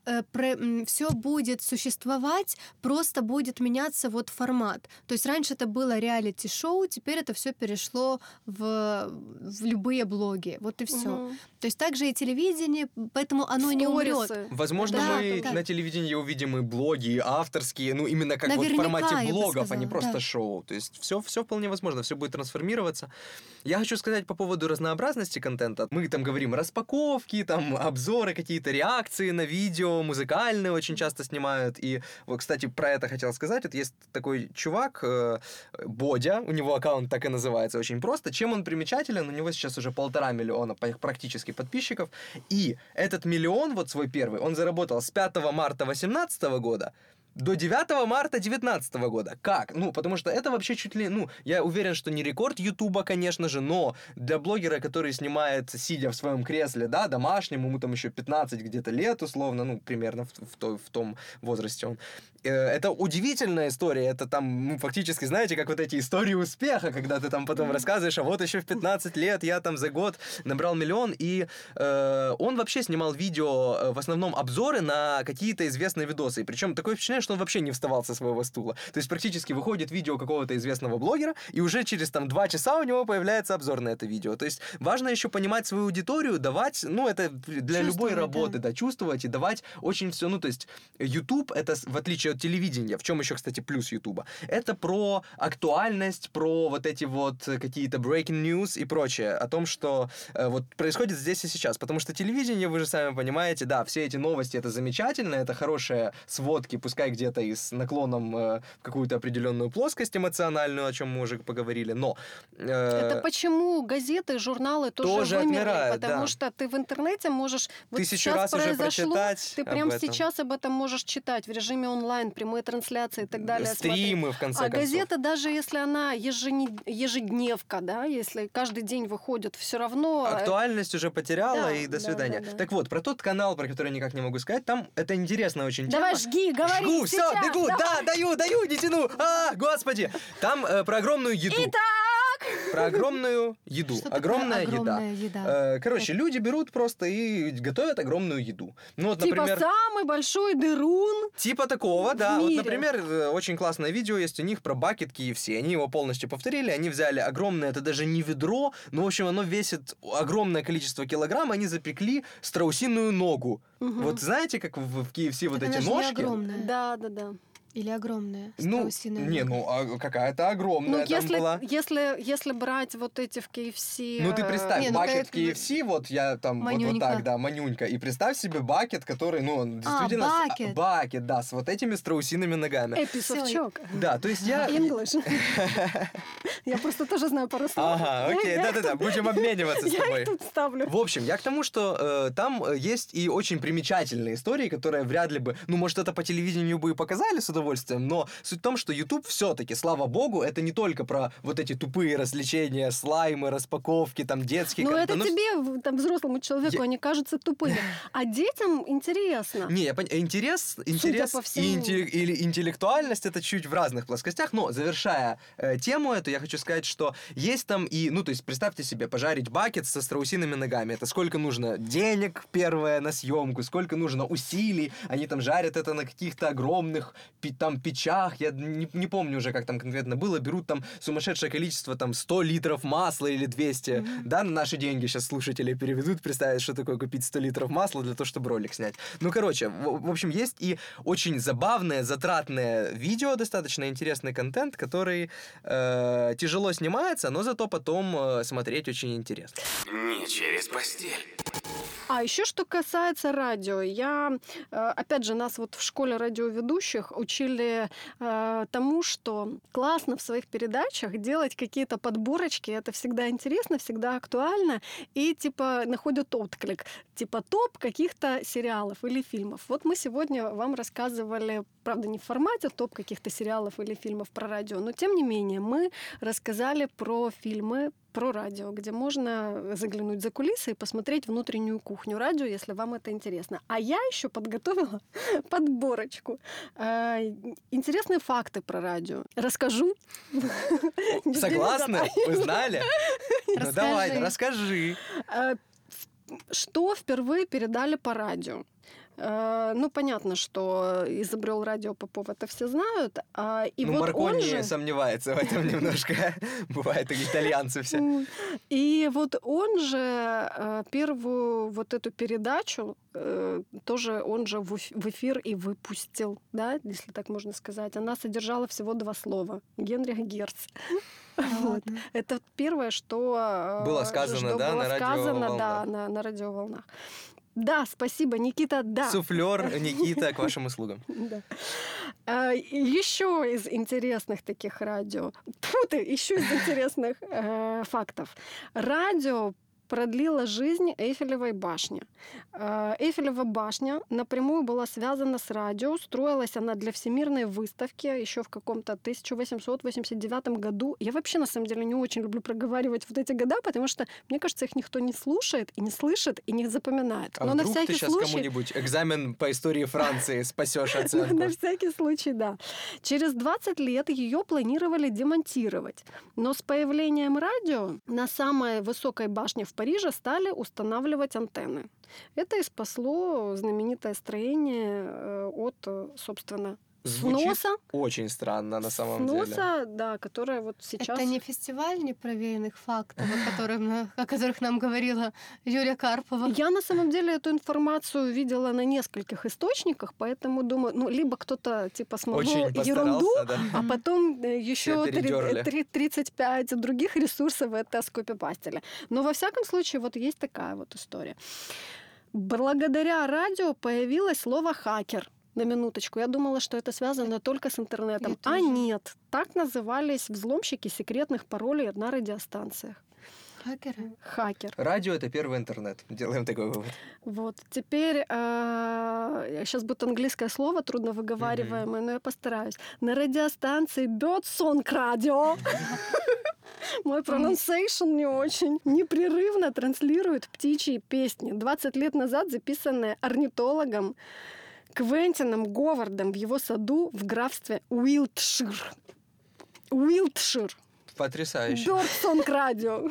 A: существовать, просто будет меняться вот формат. То есть раньше это было реалити-шоу, теперь это все перешло в любые блоги. Вот и все. То есть также и телевидение, поэтому оно не умрет.
C: Возможно, мы на телевидении увидим и блоги, и авторские, ну именно как
A: наверняка,
C: вот в формате блогов, а не
A: сказала,
C: просто шоу. То есть все вполне возможно, все будет трансформироваться. Я хочу сказать по поводу разнообразности контента. Мы там говорим распаковки, там обзоры, какие-то реакции на видео, музыкальные очень часто снимают. И вот, кстати, про это хотел сказать. Вот есть такой чувак, Бодя, у него аккаунт так и называется, очень просто. Чем он примечателен? У него сейчас уже 1,5 миллиона практически подписчиков. И этот миллион, вот свой первый, он заработал с 5 марта 2018 года до 9 марта 2019 года. Как? Ну, потому что это вообще чуть ли... Ну, я уверен, что не рекорд Ютуба, конечно же, но для блогера, который снимает, сидя в своем кресле, да, домашнем, ему там еще 15 где-то лет, условно, ну, примерно в том возрасте он. Это удивительная история. Это там, ну, фактически, знаете, как вот эти истории успеха, когда ты там потом рассказываешь, а вот еще в 15 лет я там за год набрал миллион. И он вообще снимал видео, в основном обзоры на какие-то известные видосы. И причем такое впечатление, что он вообще не вставал со своего стула. То есть практически выходит видео какого-то известного блогера, и уже через там 2 часа у него появляется обзор на это видео. То есть важно еще понимать свою аудиторию, давать, ну, это для любой работы, да, чувствовать и давать очень все. Ну, то есть YouTube, это, в отличие от телевидения, в чем еще, кстати, плюс YouTube, это про актуальность, про вот эти вот какие-то breaking news и прочее, о том, что вот происходит здесь и сейчас. Потому что телевидение, вы же сами понимаете, да, все эти новости, это замечательно, это хорошие сводки, пускай где-то и с наклоном в какую-то определенную плоскость эмоциональную, о чем мы уже поговорили, но...
B: Это почему газеты, журналы тоже вымерли,
C: отмирают,
B: потому что ты в интернете можешь... Вот
C: 1000 раз уже прочитать
B: ты прямо
C: об этом.
B: Сейчас об этом можешь читать в режиме онлайн, прямые трансляции и так далее.
C: Стримы, в конце концов.
B: А газета, даже если она ежедневка, да, если каждый день выходит, все равно...
C: Актуальность уже потеряла,
B: да,
C: и до свидания.
B: Да.
C: Так вот, про тот канал, про который никак не могу сказать, там это интересная очень тема.
B: Давай жги, говори.
C: Жгу, все, бегу,
B: давай.
C: да, даю, не тяну. Господи. Там про огромную еду.
B: Итак!
C: Про огромную еду.
A: Что
C: Огромная
A: такое огромная еда?
C: Короче, люди берут просто и готовят огромную еду. Ну, вот,
B: Типа
C: например...
B: самый большой дырун.
C: Типа такого, да.
B: в
C: Вот,
B: мире.
C: например, очень классное видео есть у них про бакет KFC. Они его полностью повторили. Они взяли огромное, это даже не ведро, но, в общем, оно весит огромное количество килограмм. Они запекли страусиную ногу. Вот знаете, как в KFC вот
A: Так
C: эти
A: она же не
C: ножки?
A: огромная.
B: Да.
A: Или огромная
C: Ну,
A: страусиная
C: не,
A: нога?
C: ну, а какая-то огромная там была.
B: Если брать вот эти в KFC...
C: Ну, ты представь,
A: Не, ну,
C: бакет
A: какая-то
C: KFC, вот я там, вот
A: манюнька.
C: так, да, манюнька. И представь себе бакет, который, ну, он действительно...
A: бакет.
C: Бакет, да, с вот этими страусиными ногами.
B: Эписовчок.
C: Да, то есть я...
B: English. Я просто тоже знаю пару слов.
C: Ага, окей, да-да-да, будем обмениваться с
B: Я
C: тобой.
B: их тут ставлю.
C: В общем, я к тому, что там есть и очень примечательные истории, которые вряд ли бы, ну, может, это по телевидению бы и показали с удовольствием, но суть в том, что YouTube все-таки, слава богу, это не только про вот эти тупые развлечения, слаймы, распаковки, там, детские...
B: Ну,
C: контент,
B: это
C: но
B: тебе, там, взрослому человеку, они кажутся тупыми. А детям интересно.
C: Не, я интерес
B: по
C: и
B: всему.
C: или интеллектуальность это чуть в разных плоскостях, но завершая тему эту, я хочу сказать, что есть там и, ну, то есть представьте себе, пожарить бакет со страусиными ногами, это сколько нужно денег, первое, на съемку, сколько нужно усилий, они там жарят это на каких-то огромных там печах, я не помню уже, как там конкретно было, берут там сумасшедшее количество, там 100 литров масла или 200, да, на наши деньги сейчас слушатели переведут, представят, что такое купить 100 литров масла для того, чтобы ролик снять. Ну, короче, в общем, есть и очень забавное, затратное видео, достаточно интересный контент, который тяжело снимается, но зато потом смотреть очень интересно.
D: Не через постель.
B: А еще что касается радио, опять же, нас вот в школе радиоведущих учили тому, что классно в своих передачах делать какие-то подборочки, это всегда интересно, всегда актуально, и типа находят отклик, типа топ каких-то сериалов или фильмов. Вот мы сегодня вам рассказывали, правда, не в формате топ каких-то сериалов или фильмов про радио, но тем не менее мы рассказали про фильмы, про радио, где можно заглянуть за кулисы и посмотреть внутреннюю кухню радио, если вам это интересно. А я еще подготовила подборочку. Интересные факты про радио. Расскажу.
C: Согласны? Вы знали? Ну давай, расскажи.
B: Что впервые передали по радио? Ну, понятно, что изобрел радио Попов, это все знают. И
C: ну,
B: вот
C: Маркони
B: он же...
C: сомневается в этом немножко. Бывают и итальянцы все.
B: И вот он же первую вот эту передачу тоже он же в эфир и выпустил, да, если так можно сказать. Она содержала всего 2 слова. Генрих Герц. Вот. Это первое, что
C: было сказано, да, на радиоволнах.
B: Да, на радиоволнах. Да, спасибо, Никита, да.
C: Суфлер Никита к вашим услугам.
B: Да. Еще из интересных таких радио. Еще из интересных фактов. Радио продлила жизнь Эйфелевой башни. Эйфелева башня напрямую была связана с радио. Строилась она для всемирной выставки еще в каком-то 1889 году. Я вообще, на самом деле, не очень люблю проговаривать вот эти года, потому что, мне кажется, их никто не слушает и не слышит и не запоминает.
C: А
B: но
C: вдруг
B: на всякий
C: ты сейчас
B: случай...
C: кому-нибудь экзамен по истории Франции спасешь оценку?
B: На всякий случай, да. Через 20 лет ее планировали демонтировать. Но с появлением радио на самой высокой башне в Париже стали устанавливать антенны. Это и спасло знаменитое строение от, собственно,
C: Звучит
B: сноса.
C: очень странно на самом деле.
B: Сноса, да, которое вот сейчас...
A: Это не фестиваль непроверенных фактов, о которых нам говорила Юлия Карпова.
B: Я на самом деле эту информацию видела на нескольких источниках, поэтому думаю, ну, либо кто-то типа смолол ерунду,
C: да.
B: а потом еще
C: передёрли.
B: 35 других ресурсов это скопипастили. Но во всяком случае вот есть такая вот история. Благодаря радио появилось слово «хакер». На минуточку. Я думала, что это связано только с интернетом. А нет. Так назывались взломщики секретных паролей на радиостанциях.
A: Хакеры?
B: Хакер.
C: Радио — это первый интернет. Делаем такой вывод.
B: Вот. Теперь сейчас будет английское слово, трудно выговариваемое, но я постараюсь. На радиостанции Birdsong Radio мой pronunciation не очень. Непрерывно транслируют птичьи песни. 20 лет назад записанные орнитологом Квентином Говардом в его саду в графстве Уилтшир. Уилтшир.
C: Потрясающе.
B: Birdsong Radio.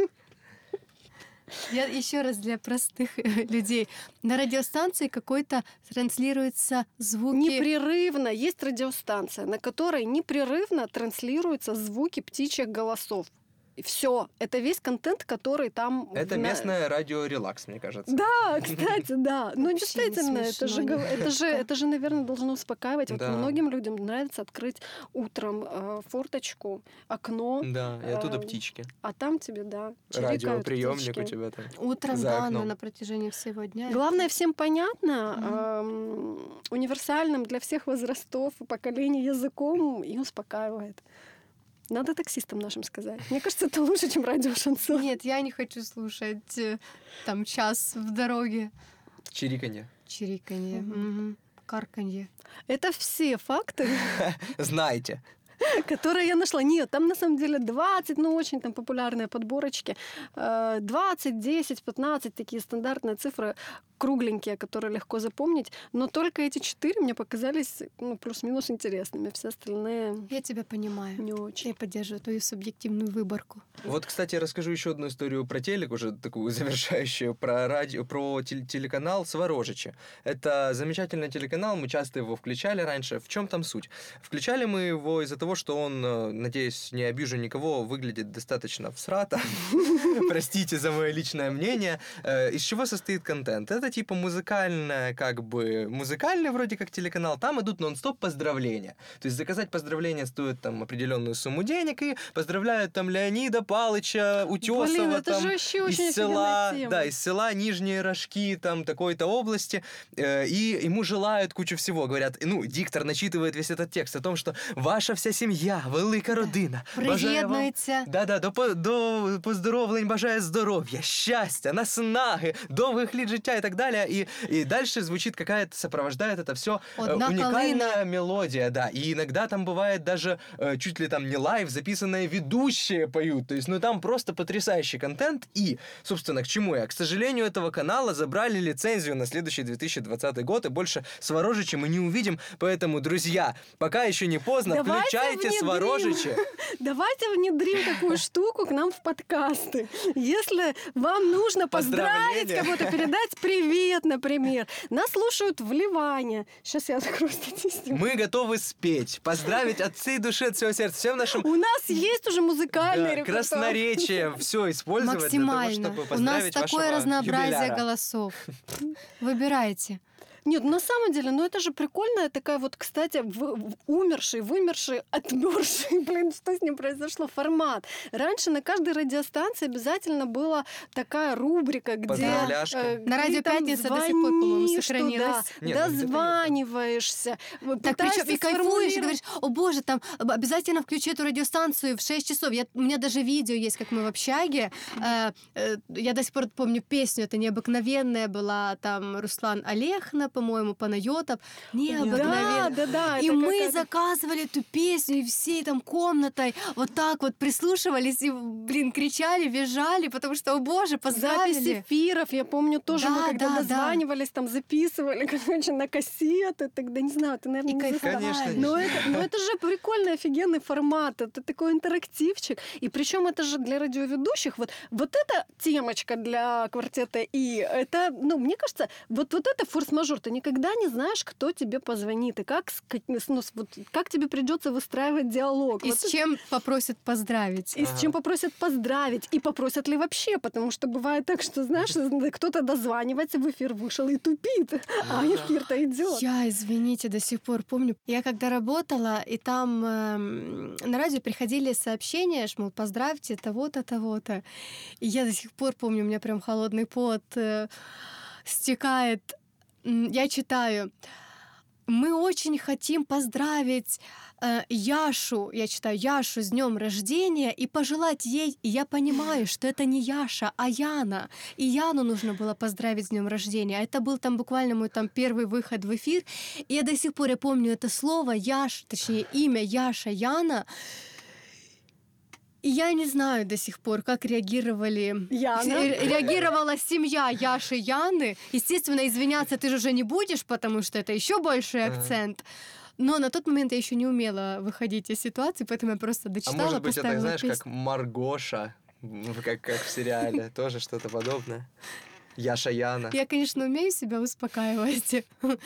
A: Я еще раз для простых людей. На радиостанции какой-то транслируются звуки...
B: Непрерывно. Есть радиостанция, на которой непрерывно транслируются звуки птичьих голосов. Все, это весь контент, который там...
C: Это местное радио «Релакс», мне кажется.
B: Да, кстати, да. Ну,
A: Вообще не
B: действительно,
A: смешно,
B: это же, наверное, должно успокаивать. Вот
C: Да.
B: многим людям нравится открыть утром форточку, окно,
C: Да, и оттуда
B: Э,
C: птички.
B: а там тебе, да, чирикают
C: Радиоприемник у
B: птички.
C: тебя там.
A: Утром,
C: За
A: да, но
C: окном.
A: на протяжении всего дня.
B: Главное, всем понятно, универсальным для всех возрастов и поколений языком и успокаивает. Надо таксистам нашим сказать. Мне кажется, это лучше, чем радио Шансон.
A: Нет, я не хочу слушать там час в дороге.
C: Чириканье.
A: Чириканье, карканье.
B: Это все факты,
C: Знаете.
B: которые я нашла. Нет, там на самом деле 20, ну очень там популярные подборочки. 20, 10, 15, такие стандартные цифры, кругленькие, которые легко запомнить. Но только эти 4 мне показались ну, плюс-минус интересными. Все остальные
A: Я тебя понимаю.
B: не очень.
A: Я поддерживаю твою субъективную выборку.
C: Вот, кстати, расскажу еще одну историю про телек, уже такую завершающую, про радио, про телеканал «Сворожичи». Это замечательный телеканал, мы часто его включали раньше. В чем там суть? Включали мы его из-за того, что он, надеюсь, не обижу никого, выглядит достаточно всрато. Простите за мое личное мнение. Из чего состоит контент? Это типа музыкальный вроде как телеканал. Там идут нон-стоп поздравления. То есть заказать поздравления стоит там определенную сумму денег, и поздравляют там Леонида Палыча, Утесова,
B: Блин, это
C: там
B: же вообще очень
C: из села,
B: офигенная тема.
C: да, из села Нижние Рожки, там такой-то области, и ему желают кучу всего. Говорят, ну, диктор начитывает весь этот текст о том, что ваша вся сім'я, велика родина. Бажаю вам...
A: Приєднується.
C: Да, до поздоровлень бажаю здоров'я, щастя, наснаги, довгих літ життя и так далее. И дальше звучит какая-то, сопровождает это все
A: Одна
C: уникальная
A: калина.
C: мелодия, да. И иногда там бывает даже чуть ли там не лайв, записанные ведущие поют. То есть, ну, там просто потрясающий контент. И, собственно, к чему я? К сожалению, этого канала забрали лицензию на следующий 2020 год, и больше Сворожичи мы не увидим. Поэтому, друзья, пока еще не поздно,
B: Давайте
C: включайте
B: внедрим.
C: Сворожичи.
B: Давайте внедрим такую штуку к нам в подкасты. Если вам нужно поздравить
C: Поздравления.
B: кого-то, передать привет, например. Нас слушают в Ливане. Сейчас я открою статистику.
C: Мы готовы спеть, поздравить от всей души, от всего сердца, всем нашим
B: У нас есть уже музыкальный
C: да,
B: репертуар.
C: красноречие, все использовать
A: Максимально.
C: для того, чтобы
A: У нас
C: поздравить
A: такое
C: вашего
A: разнообразие
C: юбиляра.
A: голосов. Выбирайте.
B: Нет, на самом деле, ну это же прикольная такая вот, кстати, вымерший, отмерший, блин, что с ним произошло, формат. Раньше на каждой радиостанции обязательно была такая рубрика, где...
C: Поздравляшка.
A: На радио
B: ты там
A: «Пятница» до сих пор, по-моему,
B: звонишь
A: сохранилось.
B: туда,
C: Нет, ну, где-то есть, да.
B: дозваниваешься,
A: Так причем и
B: пытаешься
A: кайфуешь, и
B: сформулировать.
A: говоришь, о боже, там обязательно включи эту радиостанцию в 6 часов. У меня даже видео есть, как мы в общаге. Я до сих пор помню песню, это необыкновенная была, там Руслан Олехна, по-моему, Панайотов. Необыкновенная.
B: Да.
A: И
B: это
A: мы
B: какая-то-
A: заказывали эту песню, и всей там комнатой вот так вот прислушивались и, блин, кричали, визжали, потому что, о боже,
B: Запись
A: поздравили.
B: эфиров, я помню, тоже
A: Да,
B: мы когда
A: да, да.
B: дозванивались, там записывали, короче, на кассеты, тогда не знаю, ты, наверное,
A: И
B: не
A: кайфовали.
C: Конечно.
B: Но это же прикольный, офигенный формат, это такой интерактивчик. И причем это же для радиоведущих, вот эта темочка для квартета И, это, ну, мне кажется, вот это форс-мажор, ты никогда не знаешь, кто тебе позвонит, и как тебе придется выстраивать диалог.
A: И
B: Вот
A: с чем попросят поздравить.
B: и с чем попросят поздравить, и попросят ли вообще, потому что бывает так, что, знаешь, кто-то дозванивается, в эфир вышел и тупит, а эфир-то идет.
A: Я, извините, до сих пор помню. Я когда работала, и там на радио приходили сообщения, что, мол, поздравьте того-то, того-то. И я до сих пор помню, у меня прям холодный пот стекает. Я читаю. Мы очень хотим поздравить Яшу, я читаю, Яшу с днем рождения и пожелать ей, и я понимаю, что это не Яша, а Яна. И Яну нужно было поздравить с днем рождения. А это был там буквально мой там первый выход в эфир. И я до сих пор я помню это слово точнее имя Яша, Яна. И я не знаю до сих пор, как реагировала семья Яши Яны. Естественно, извиняться ты же уже не будешь, потому что это еще больший акцент. Но на тот момент я еще не умела выходить из ситуации, поэтому я просто
C: А
A: дочитала,
C: может быть, это,
A: поставила
C: знаешь,
A: песню.
C: как Маргоша, как в сериале, тоже что-то подобное. Яша Яна.
A: Я, конечно, умею себя успокаивать.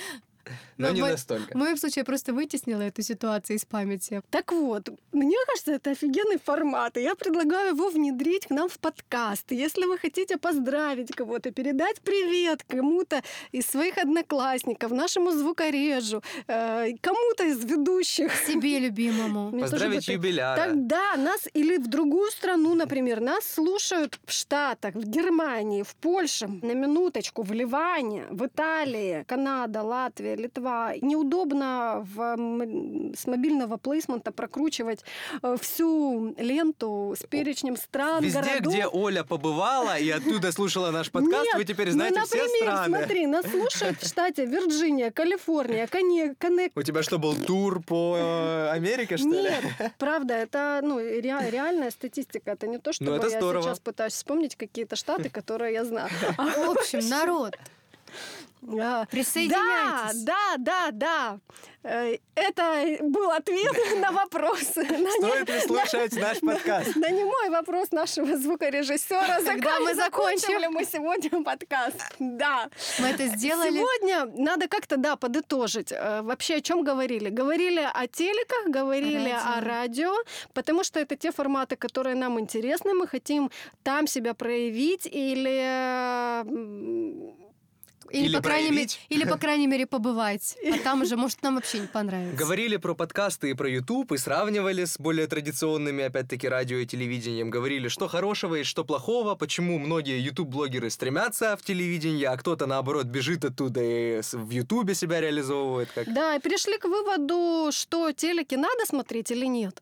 C: Но не
A: в
C: настолько.
A: моем случае я просто вытеснила эту ситуацию из памяти.
B: Так вот, мне кажется, это офигенный формат, и я предлагаю его внедрить к нам в подкаст. И если вы хотите поздравить кого-то, передать привет кому-то из своих одноклассников, нашему звукорежу, кому-то из ведущих.
A: Себе любимому.
B: Мне тоже
C: Поздравить
B: будет-
C: юбиляра.
B: Тогда нас или в другую страну, например, нас слушают в Штатах, в Германии, в Польше, на минуточку, в Ливане, в Италии, Канада, Латвия, Литва. Неудобно с мобильного плейсмента прокручивать всю ленту с перечнем стран,
C: Везде,
B: городов.
C: где Оля побывала и оттуда слушала наш подкаст,
B: Нет,
C: вы теперь знаете
B: ну,
C: все
B: например,
C: страны.
B: смотри, нас слушают в штате Вирджиния, Калифорния, Коннектикут.
C: У тебя что, был тур по Америке, что ли?
B: Нет, правда, это реальная статистика. Это не то, что
C: это
B: я
C: здорово.
B: сейчас пытаюсь вспомнить какие-то штаты, которые я знаю.
A: В общем, народ, присоединяйтесь.
B: Да. Это был ответ на вопрос.
C: Стоит ли слушать наш подкаст?
B: На немой вопрос нашего звукорежиссера.
A: Когда мы закончим
B: ли мы сегодня подкаст? Да.
A: Мы это сделали.
B: Сегодня надо как-то, подытожить. Вообще о чем говорили? Говорили о телеках, говорили о радио, потому что это те форматы, которые нам интересны. Мы хотим там себя проявить или
A: Или,
C: проявить.
A: по крайней мере, побывать. А там уже, может, нам вообще не понравится.
C: Говорили про подкасты и про YouTube, и сравнивали с более традиционными, опять-таки, радио и телевидением. Говорили, что хорошего и что плохого, почему многие YouTube-блогеры стремятся в телевидение, а кто-то, наоборот, бежит оттуда и в YouTube себя реализовывает.
B: Да, и пришли к выводу, что телеки надо смотреть или нет.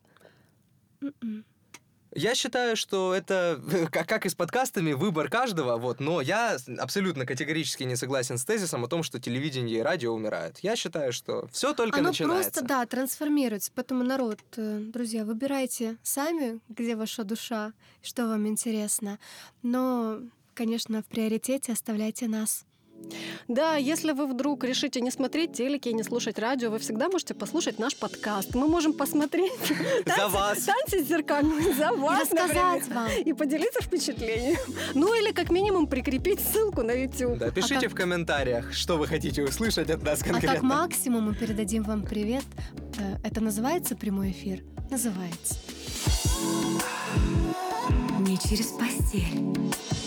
C: Я считаю, что это, как и с подкастами, выбор каждого, но я абсолютно категорически не согласен с тезисом о том, что телевидение и радио умирают. Я считаю, что все только
A: Оно
C: начинается.
A: просто, трансформируется. Поэтому, народ, друзья, выбирайте сами, где ваша душа, что вам интересно. Но, конечно, в приоритете оставляйте нас.
B: Да, если вы вдруг решите не смотреть телеки и не слушать радио, вы всегда можете послушать наш подкаст. Мы можем посмотреть
C: За вас.
B: танцы с зеркалами за вас,
A: рассказать
B: например,
A: вам.
B: и поделиться впечатлением. Ну или как минимум прикрепить ссылку на YouTube.
C: Да, пишите в комментариях, что вы хотите услышать от нас
A: А
C: конкретно.
A: как максимум мы передадим вам привет. Это называется прямой эфир? Называется.
E: Не через постель.